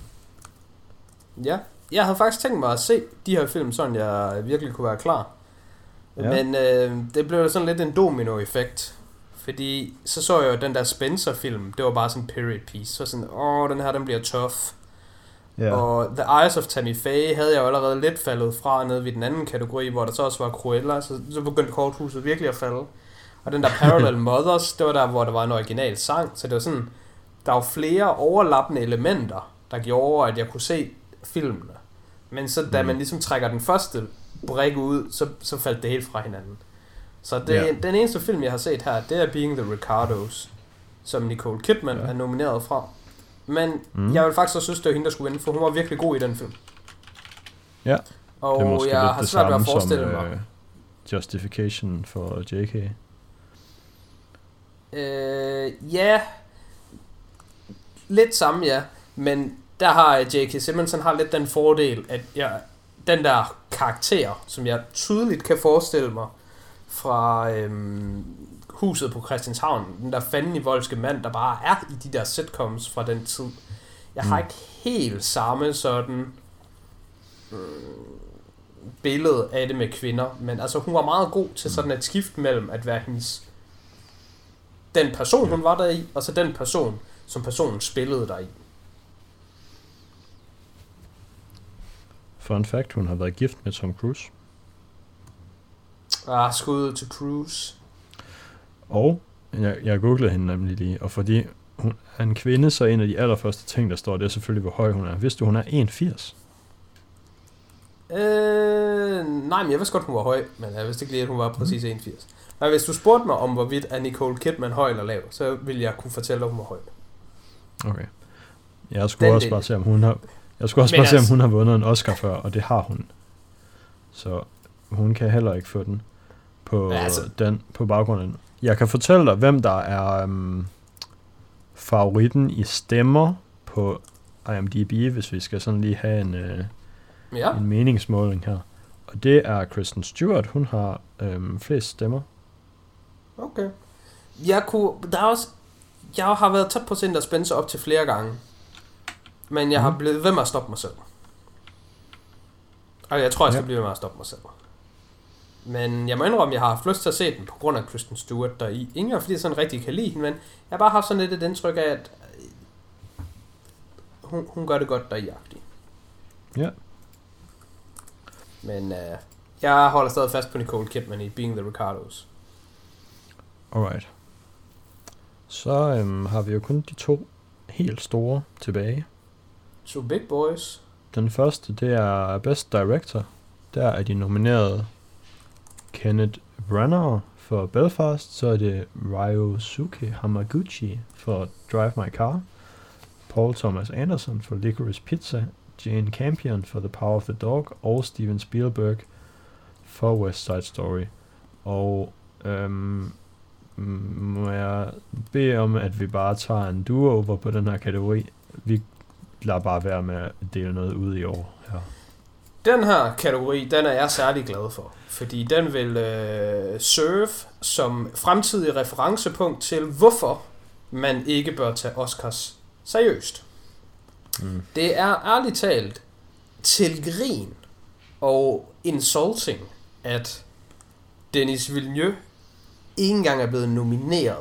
Ja, jeg havde faktisk tænkt mig at se de her film, sådan jeg virkelig kunne være klar. Ja. Men det blev sådan lidt en domino-effekt. Fordi så jeg jo den der Spencer-film, det var bare sådan en period piece. Så sådan, den her, den bliver tough. Yeah. Og The Eyes of Tammy Faye havde jeg jo allerede lidt faldet fra nede ved den anden kategori, hvor der så også var Cruella, så begyndte korthuset virkelig at falde. Og den der Parallel Mothers, det var der, hvor der var en original sang, så det var sådan, der var flere overlappende elementer, der gjorde, at jeg kunne se filmene. Men så da man ligesom trækker den første brik ud, så faldt det helt fra hinanden. Så den eneste film, jeg har set her, det er Being the Ricardos, som Nicole Kidman er nomineret fra. Men jeg vil faktisk også synes, det var hende, der skulle vinde, for hun var virkelig god i den film. Ja, og det er måske jeg lidt har det svært ved samme at forestille som mig. Justification for JK. Ja, lidt samme, ja. Men der har J.K. Simmons, han har lidt den fordel, at den der karakter, som jeg tydeligt kan forestille mig fra Huset på Christianshavn, den der fandenivoldske voldske mand, der bare er i de der sitcoms fra den tid. Jeg har ikke helt samme sådan billede af det med kvinder, men altså hun var meget god til sådan et skift mellem at være den person, hun var der i, og så den person, som personen spillede der i. Fun fact, hun har været gift med Tom Cruise. Skud til Cruise. Og jeg googlede hende nemlig lige, og fordi hun er en kvinde, så en af de allerførste ting, der står, det er selvfølgelig, hvor høj hun er. Vidste du, hun er 1,80? Nej, men jeg vidste godt, hun var høj, men jeg vidste ikke lige, at hun var præcis 1,80. Men hvis du spurgte mig om, hvorvidt er Nicole Kidman høj eller lav, så ville jeg kunne fortælle, at hun var høj. Okay. Jeg skulle også bare se, om hun har... om hun har vundet en Oscar før, og det har hun. Så hun kan heller ikke få den på, på baggrund af den. Jeg kan fortælle dig, hvem der er favoritten i stemmer på IMDb, hvis vi skal sådan lige have en meningsmåling her. Og det er Kristen Stewart. Hun har flest stemmer. Okay. Jeg har været tæt på at se Spencer op til flere gange. Men jeg har blevet ved med at stoppe mig selv. Og jeg tror, jeg skal blive ved med at stoppe mig selv. Men jeg må indrømme, at jeg har haft lyst til at se den på grund af Kristen Stewart der i. Ingen fordi jeg sådan rigtig kan lide hende, men jeg har bare haft sådan lidt et indtryk af, at hun gør det godt der i agtigt. Ja. Men jeg holder stadig fast på Nicole Kidman i Being the Ricardos. Alright. Så har vi jo kun de 2 helt store tilbage. 2 big boys. Den første, det er Best Director. Der er de nomineret Kenneth Branagh for Belfast, så er det Ryosuke Hamaguchi for Drive My Car, Paul Thomas Anderson for Licorice Pizza, Jane Campion for The Power of the Dog, og Steven Spielberg for West Side Story. Og må jeg bede om, at vi bare tager en do-over på den her kategori. Vi lader bare være med at dele noget ud i år her. Den her kategori, den er jeg særlig glad for, fordi den vil serve som fremtidig referencepunkt til, hvorfor man ikke bør tage Oscars seriøst. Det er ærligt talt til grin og insulting, at Denis Villeneuve ikke engang er blevet nomineret.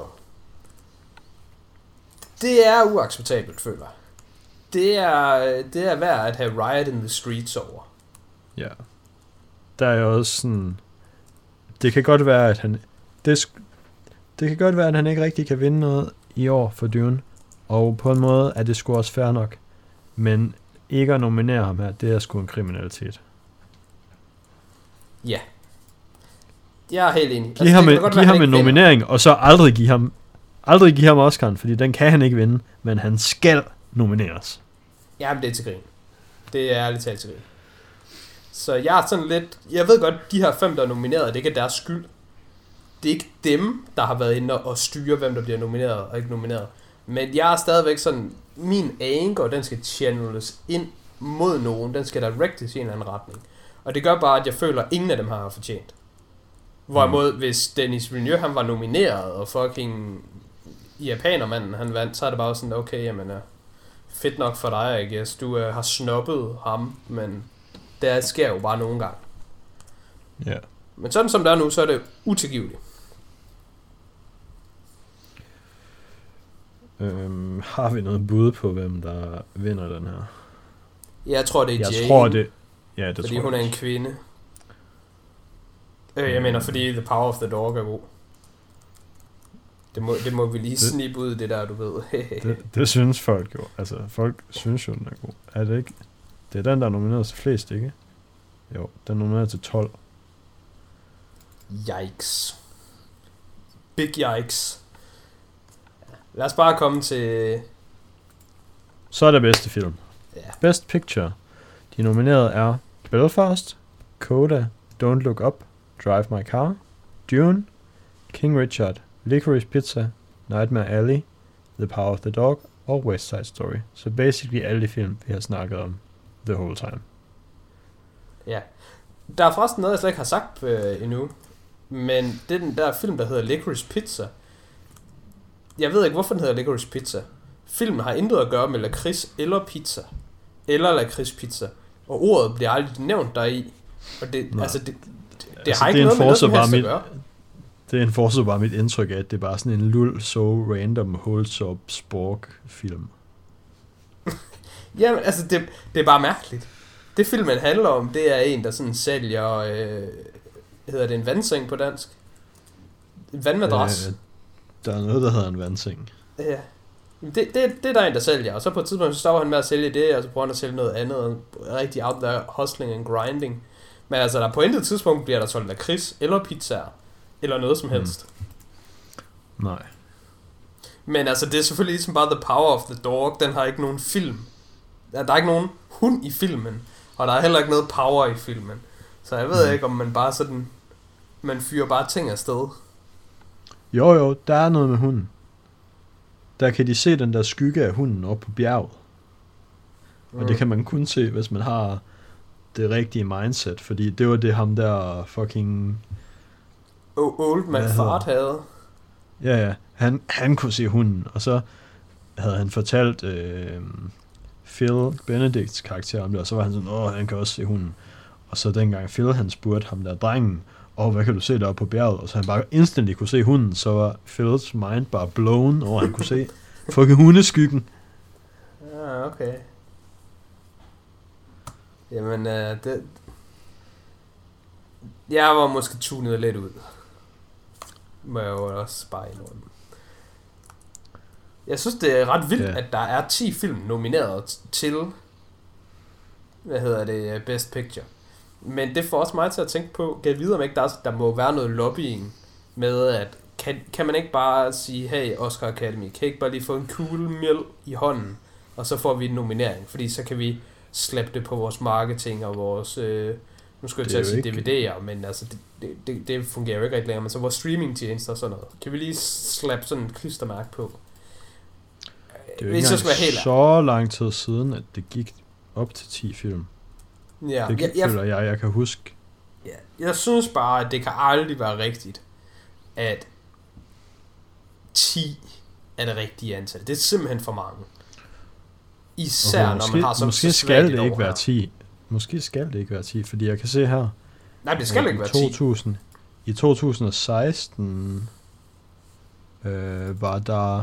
Det er uacceptabelt, føler jeg. Det er værd at have Riot in the Streets over. Ja. Der er jo også sådan... Det kan godt være, at han... Det kan godt være, at han ikke rigtig kan vinde noget i år for Dune. Og på en måde er det sgu også fair nok. Men ikke at nominere ham her, det er sgu en kriminalitet. Ja. Jeg er helt enig. Giv ham en nominering, og så aldrig give ham Oscar'en, fordi den kan han ikke vinde, men han skal nomineres. Jamen, det er til grin. Det er ærligt talt til grin. Så jeg er sådan lidt... Jeg ved godt, de her 5, der er nomineret, det ikke er deres skyld. Det er ikke dem, der har været inde og styre, hvem der bliver nomineret og ikke nomineret. Men jeg er stadigvæk sådan... Min anger, den skal channels ind mod nogen. Den skal directes i en eller anden retning. Og det gør bare, at jeg føler, at ingen af dem har fortjent. Hvorimod, hvis Denis Villeneuve, han var nomineret, og fucking japanermanden, han vandt, så er det bare sådan, okay, jamen, fedt nok for dig, I guess. Du har snobbet ham, men det sker jo bare nogle gange. Ja. Yeah. Men sådan som det er nu, så er det utilgiveligt. Har vi noget bud på, hvem der vinder den her? Jeg tror, det er Jane. Jeg tror det. Ja, det fordi tror hun er en kvinde. Jeg mener, fordi The Power of the Dog er god. Det må vi lige snippe ud, det der, du ved. det synes folk jo. Altså, folk synes jo, den er god. Er det ikke? Det er den, der er nomineret til flest, ikke? Jo, den er nomineret til 12. Yikes. Big yikes. Lad os bare komme til... Så er det bedste film. Ja. Best Picture. De nominerede er Belfast, Coda, Don't Look Up, Drive My Car, Dune, King Richard, Licorice Pizza, Nightmare Alley, The Power of the Dog og West Side Story. Så basically alle de film, vi har snakket om the whole time. Ja. Der er forresten noget, jeg slet ikke har sagt endnu. Men det er den der film, der hedder Licorice Pizza. Jeg ved ikke, hvorfor den hedder Licorice Pizza. Filmen har intet at gøre med lakrids eller pizza. Eller lakrids pizza. Og ordet bliver aldrig nævnt deri. Og det, altså det har ikke noget med noget som helst at gøre. Det enforcer bare mit indtryk af, at det er bare sådan en lul, so random, wholesome spork-film. Jamen, altså det er bare mærkeligt. Det filmen handler om, det er en, der sådan sælger, hedder det en vandseng på dansk? En vandmadras. Der er noget, der hedder en vandseng. Ja. Det er der en, der sælger, og så på et tidspunkt så står han med at sælge det, og så prøver han at sælge noget andet, rigtig out there hustling and grinding. Men altså, der på intet tidspunkt bliver der solgt lakrids eller pizzaer, eller noget som helst. Nej. Men altså, det er selvfølgelig ligesom bare The Power of the Dog, den har ikke nogen film. Der er ikke nogen hund i filmen, og der er heller ikke noget power i filmen. Så jeg ved ikke, om man bare sådan, man fyrer bare ting afsted. Jo, der er noget med hunden. der kan de se den der skygge af hunden oppe på bjerget. Og det kan man kun se, hvis man har det rigtige mindset, fordi det var det ham der fucking... Old McFart havde. Ja, han kunne se hunden, og så havde han fortalt Phil Benedicts karakter om det, og så var han sådan, han kan også se hunden. Og så dengang Phil, han spurgte ham der drengen, hvad kan du se deroppe på bjerget? Og så han bare instantly kunne se hunden, så var Phils mind bare blown over, han kunne se fucking hundeskyggen. Ja, okay. Jamen, jeg var måske tunet lidt ud. Må jeg jo også bare indrømme. Jeg synes, det er ret vildt, at der er 10 film nomineret til, Best Picture. Men det får også mig til at tænke på, kan jeg vide om ikke, der må være noget lobbying med, at kan man ikke bare sige, hey Oscar Academy, kan I ikke bare lige få en kugle i hånden, og så får vi en nominering, fordi så kan vi slæbe det på vores marketing og vores, nu skal jeg til at sige DVD'er, men altså det fungerer jo ikke rigtig længere, men så vores streamingtjenester og sådan noget. Kan vi lige slæbe sådan en klistermærke på? Det er jo ikke så lang tid siden, at det gik op til 10 film. Ja, det føler jeg kan huske. Ja, jeg synes bare, at det kan aldrig være rigtigt, at 10 er det rigtige antal. Det er simpelthen for mange. Især når man har sådan måske skal det ikke være 10. Måske skal det ikke være 10, fordi jeg kan se her. Nej, det skal ikke være 10. I 2016 var der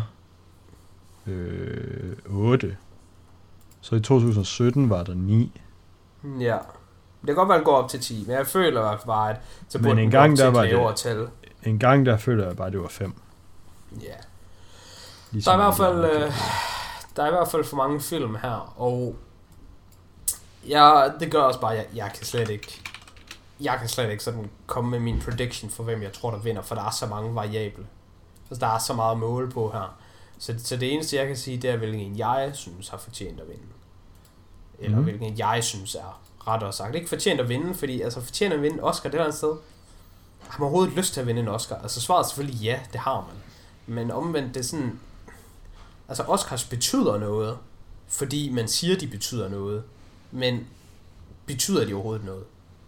8. Så i 2017 var der 9. Ja. Det kan godt være, at det går op til 10, men jeg føler bare, at så burde en gang der var det tal. En gang der føler jeg bare, at det var 5. Ja. Ligesom der er i hvert fald for mange film her, og det gør også bare, at jeg kan slet ikke sådan komme med min prediction for, hvem jeg tror, der vinder, for der er så mange variable. Altså, der er så meget at måle på her. Så det eneste, jeg kan sige, det er, hvilken jeg synes har fortjent at vinde. Eller hvilken jeg synes er rettere sagt. Ikke fortjent at vinde, fordi altså fortjent at vinde Oscar det er et sted. Har man overhovedet lyst til at vinde en Oscar? Altså svaret er selvfølgelig ja, det har man. Men omvendt, det er sådan... Altså Oscars betyder noget, fordi man siger, de betyder noget. Men betyder de overhovedet noget?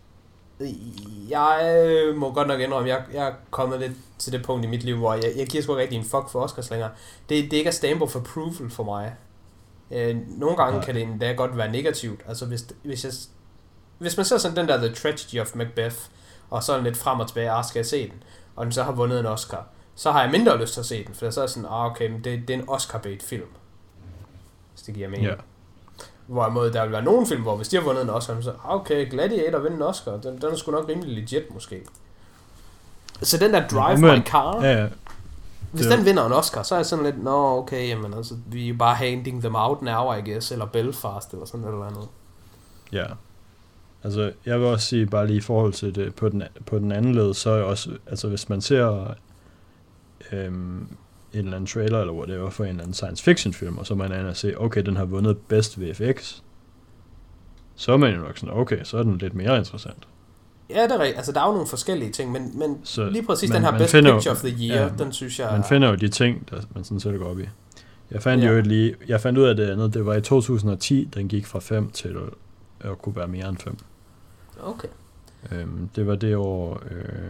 Jeg må godt nok indrømme, jeg er kommet lidt til det punkt i mit liv, hvor jeg giver sgu ikke rigtig en fuck for Oscars længere. Det ikke er stamp of approval for mig. Nogle gange kan det endda godt være negativt. Altså hvis man ser sådan den der The Tragedy of Macbeth, og sådan lidt frem og tilbage, skal jeg se den, og den så har vundet en Oscar, så har jeg mindre lyst til at se den, for så er sådan, okay, men det er en Oscar-bait film, hvis det giver mening. Yeah. Hvorimod der vil være nogle film, hvor hvis de har vundet en Oscar, så okay, Gladiator vinder en Oscar, den er sgu nok rimelig legit måske. Så den der Drive My Car, hvis den vinder en Oscar, så er jeg sådan lidt, okay, jamen altså, vi er bare handing them out now, I guess, eller Belfast, eller sådan eller andet. Ja. Altså, jeg vil også sige, bare lige i forhold til det, på den anden led, så er også, altså hvis man ser en eller anden trailer, eller whatever, for en eller anden science fiction film, og så man ender og se, okay, den har vundet Best VFX, så er man jo nok sådan, okay, så er den lidt mere interessant. Ja, det er rigtigt. Altså, der er jo nogle forskellige ting, men så, lige præcis den her Best Picture of the Year, den synes jeg... Man finder jo de ting, der man sådan set går op i. Jeg fandt ud af det andet, det var i 2010, den gik fra 5 til at kunne være mere end 5. Okay. Det var det år,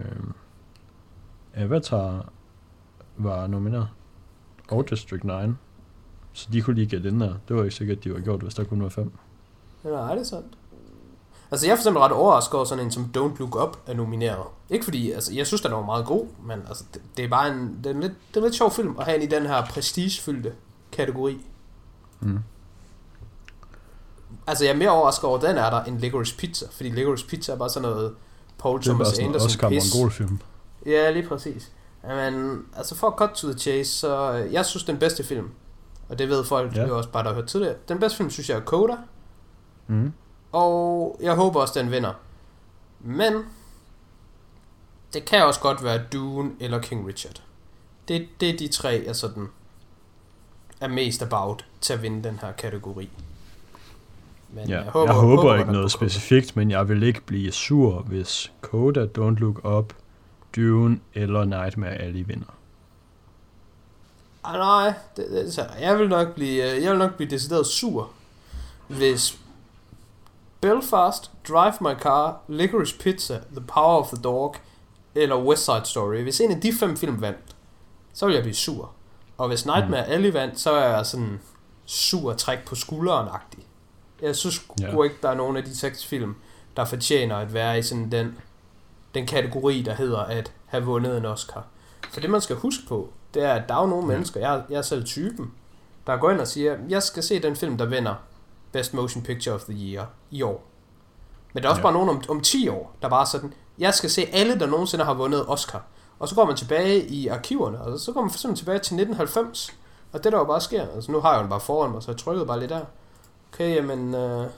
Avatar var nomineret, og District 9, så de kunne lige gætte den der. Det var ikke sikkert, de var gjort, hvis der kun var 5. Nej, det er sandt. Altså, jeg er for eksempel ret overrasket over sådan en som Don't Look Up er nomineret. Ikke fordi, altså, jeg synes, den var meget god, men altså, det er bare det er en lidt sjov film at have en i den her prestigefyldte kategori. Mm. Altså, jeg er mere overrasket over, den er der, end Licorice Pizza, fordi Licorice Pizza er bare sådan noget Paul Thomas Anderson Oscar Mongol-film. Ja, lige præcis. Men, altså, for at cut to the chase, så jeg synes, den bedste film, og det ved folk jo også bare, der har hørt tidligere, den bedste film, synes jeg er Coda. Mm. Og jeg håber også, den vinder. Men det kan også godt være Dune eller King Richard. Det er de tre, jeg sådan er mest about til at vinde den her kategori. Men jeg håber ikke noget specifikt, men jeg vil ikke blive sur, hvis Coda, Don't Look Up, Dune eller Nightmare Alley vinder. Nej, jeg vil nok blive decideret sur, hvis Belfast, Drive My Car, Licorice Pizza, The Power of the Dog eller West Side Story, hvis en af de 5 film vandt, så vil jeg blive sur. Og hvis Nightmare Alley vandt, så er jeg sådan sur træk på skulderen-agtig. Jeg synes ikke, der er nogen af de 6 film, der fortjener at være i sådan den kategori, der hedder at have vundet en Oscar. For det, man skal huske på, det er, at der er jo nogle mennesker, jeg er selv typen, der går ind og siger, jeg skal se den film, der vinder Best Motion Picture of the Year i år. Men der er også bare nogen om 10 år, der bare sådan, jeg skal se alle, der nogensinde har vundet Oscar. Og så går man tilbage i arkiverne, og så går man for eksempel tilbage til 1990, og det der jo bare sker, altså nu har jeg jo den bare foran mig, så jeg trykkede bare lidt der. Okay, jamen...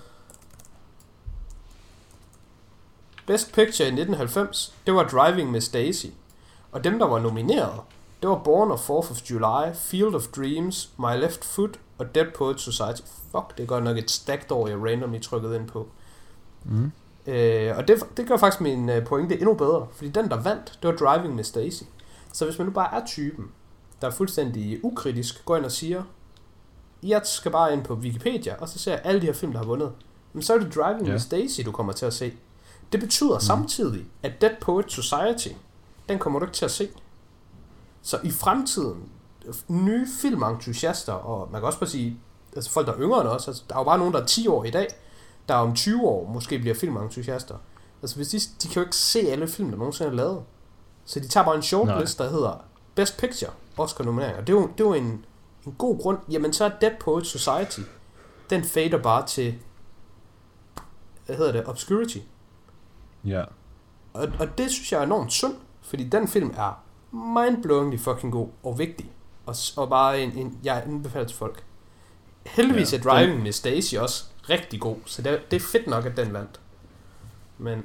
Best Picture i 1990, det var Driving Miss Daisy. Og dem, der var nomineret, det var Born of 4th of July, Field of Dreams, My Left Foot og Dead Poets Society. Fuck, det er godt nok et stacked år, jeg randomly trykkede ind på. Og det gør faktisk min pointe endnu bedre, fordi den, der vandt, det var Driving Miss Daisy. Så hvis man nu bare er typen, der er fuldstændig ukritisk, går ind og siger, jeg skal bare ind på Wikipedia, og så ser jeg alle de her film, der har vundet. Men så er det Driving Miss Daisy, du kommer til at se. Det betyder samtidig, at Dead Poets Society, den kommer du ikke til at se. Så i fremtiden, nye filmentusiaster, og man kan også bare sige, altså folk, der er yngre end os, altså, der er jo bare nogen, der er 10 år i dag, der om 20 år måske bliver filmentusiaster. Altså hvis de kan jo ikke se alle film, der nogensinde er lavet. Så de tager bare en shortlist, der hedder Best Picture, Oscar-nomineringer. Det er jo en god grund. Jamen så er Dead Poets Society, den fader bare til, obscurity. Ja. Og det synes jeg er enormt synd, fordi den film er mindblowingly fucking god og vigtig. Og bare jeg anbefaler til folk. Heldigvis er Driving Miss Daisy også rigtig god, så det er fedt nok, at den vandt. Men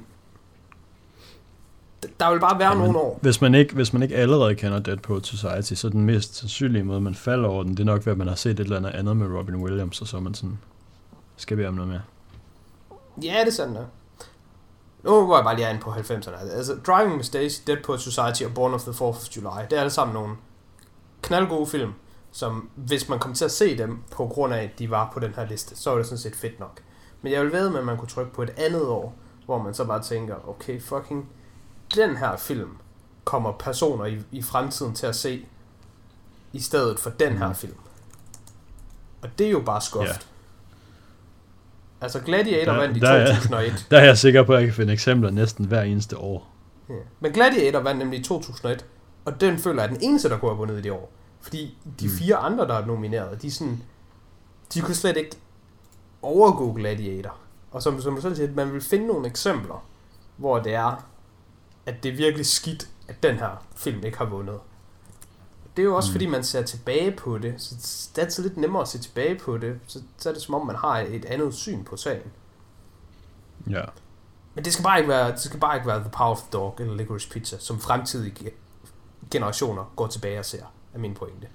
der vil bare være nogle år. Hvis man ikke allerede kender Dead Poets Society, så den mest sandsynlige måde, man falder over den, det er nok ved, at man har set et eller andet med Robin Williams, og så man sådan, skal vi om noget mere? Ja, det er sådan der. Nu går jeg bare lige ind på 90'erne. Altså, Driving Miss Daisy, Dead Poets Society og Born of the 4th of July, det er alle sammen nogle knaldgode film, som hvis man kom til at se dem på grund af, at de var på den her liste, så var det sådan set fedt nok. Men jeg vil ved med, at man kunne trykke på et andet år, hvor man så bare tænker, okay, fucking, den her film kommer personer i fremtiden til at se, i stedet for den her film. Og det er jo bare skuft. Yeah. Altså Gladiator vandt i 2001. Der er jeg sikker på, at jeg kan finde eksempler næsten hver eneste år. Ja. Men Gladiator vandt nemlig i 2001, og den føler jeg er den eneste, der kunne have vundet i det år. Fordi de 4 andre, der er nomineret, de kunne slet ikke overgå Gladiator. Og som du selv siger, man vil finde nogle eksempler, hvor det er, at det er virkelig skidt, at den her film ikke har vundet. Det er jo også fordi, man ser tilbage på det, så det er altid lidt nemmere at se tilbage på det, så er det som om, man har et andet syn på sagen. Ja. Men det skal bare ikke være The Power of the Dog eller Licorice Pizza, som fremtidige generationer går tilbage og ser, er min pointe.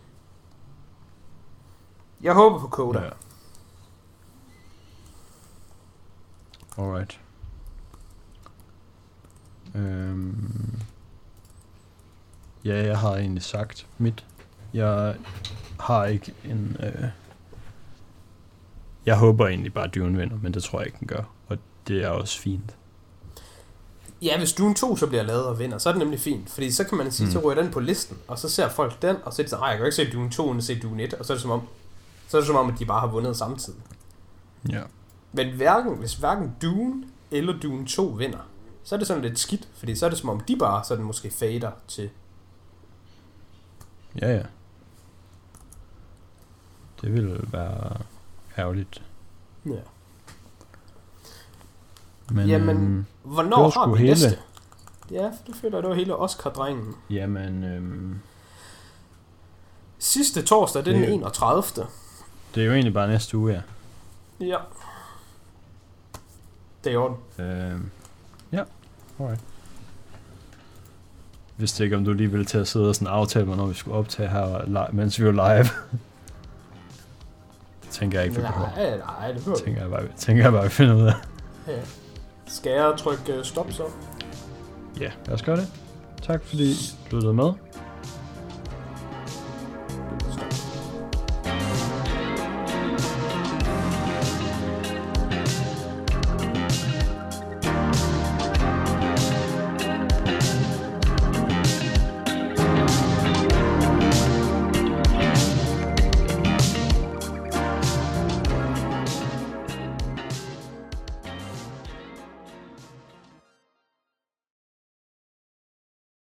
Jeg håber på Coda. Ja. Alright. Ja, jeg har egentlig sagt mit. Jeg har ikke en... Jeg håber egentlig bare, at Dune vinder, men det tror jeg ikke, den gør. Og det er også fint. Ja, hvis Dune 2 så bliver lavet og vinder, så er det nemlig fint. Fordi så kan man sige, så ryger den på listen, og så ser folk den, og så er det sådan, jeg kan ikke se Dune 2, men se Dune 1, og så er det som om, at de bare har vundet samtidig. Ja. Men hvis hverken Dune eller Dune 2 vinder, så er det sådan lidt skidt, fordi så er det som om, de bare sådan måske fader til. Ja. Det ville være ærgerligt. Ja. Men, jamen, hvornår har vi næste? Ja, for det føler jeg, det var hele Oscar-drengen. Jamen... Sidste torsdag, det er den 31. Det er jo egentlig bare næste uge, ja. Ja. Det er i orden. Ja, alright. Vidste ikke, om du lige ville til at sidde og sådan aftale mig, når vi skulle optage her, mens vi var live. Det tænker jeg ikke, vi behøver. Nej, det behøver tænker jeg bare, vi finder ud af. Ja. Skal jeg trykke stop så? Ja, lad os gøre det. Tak fordi du lyttede med.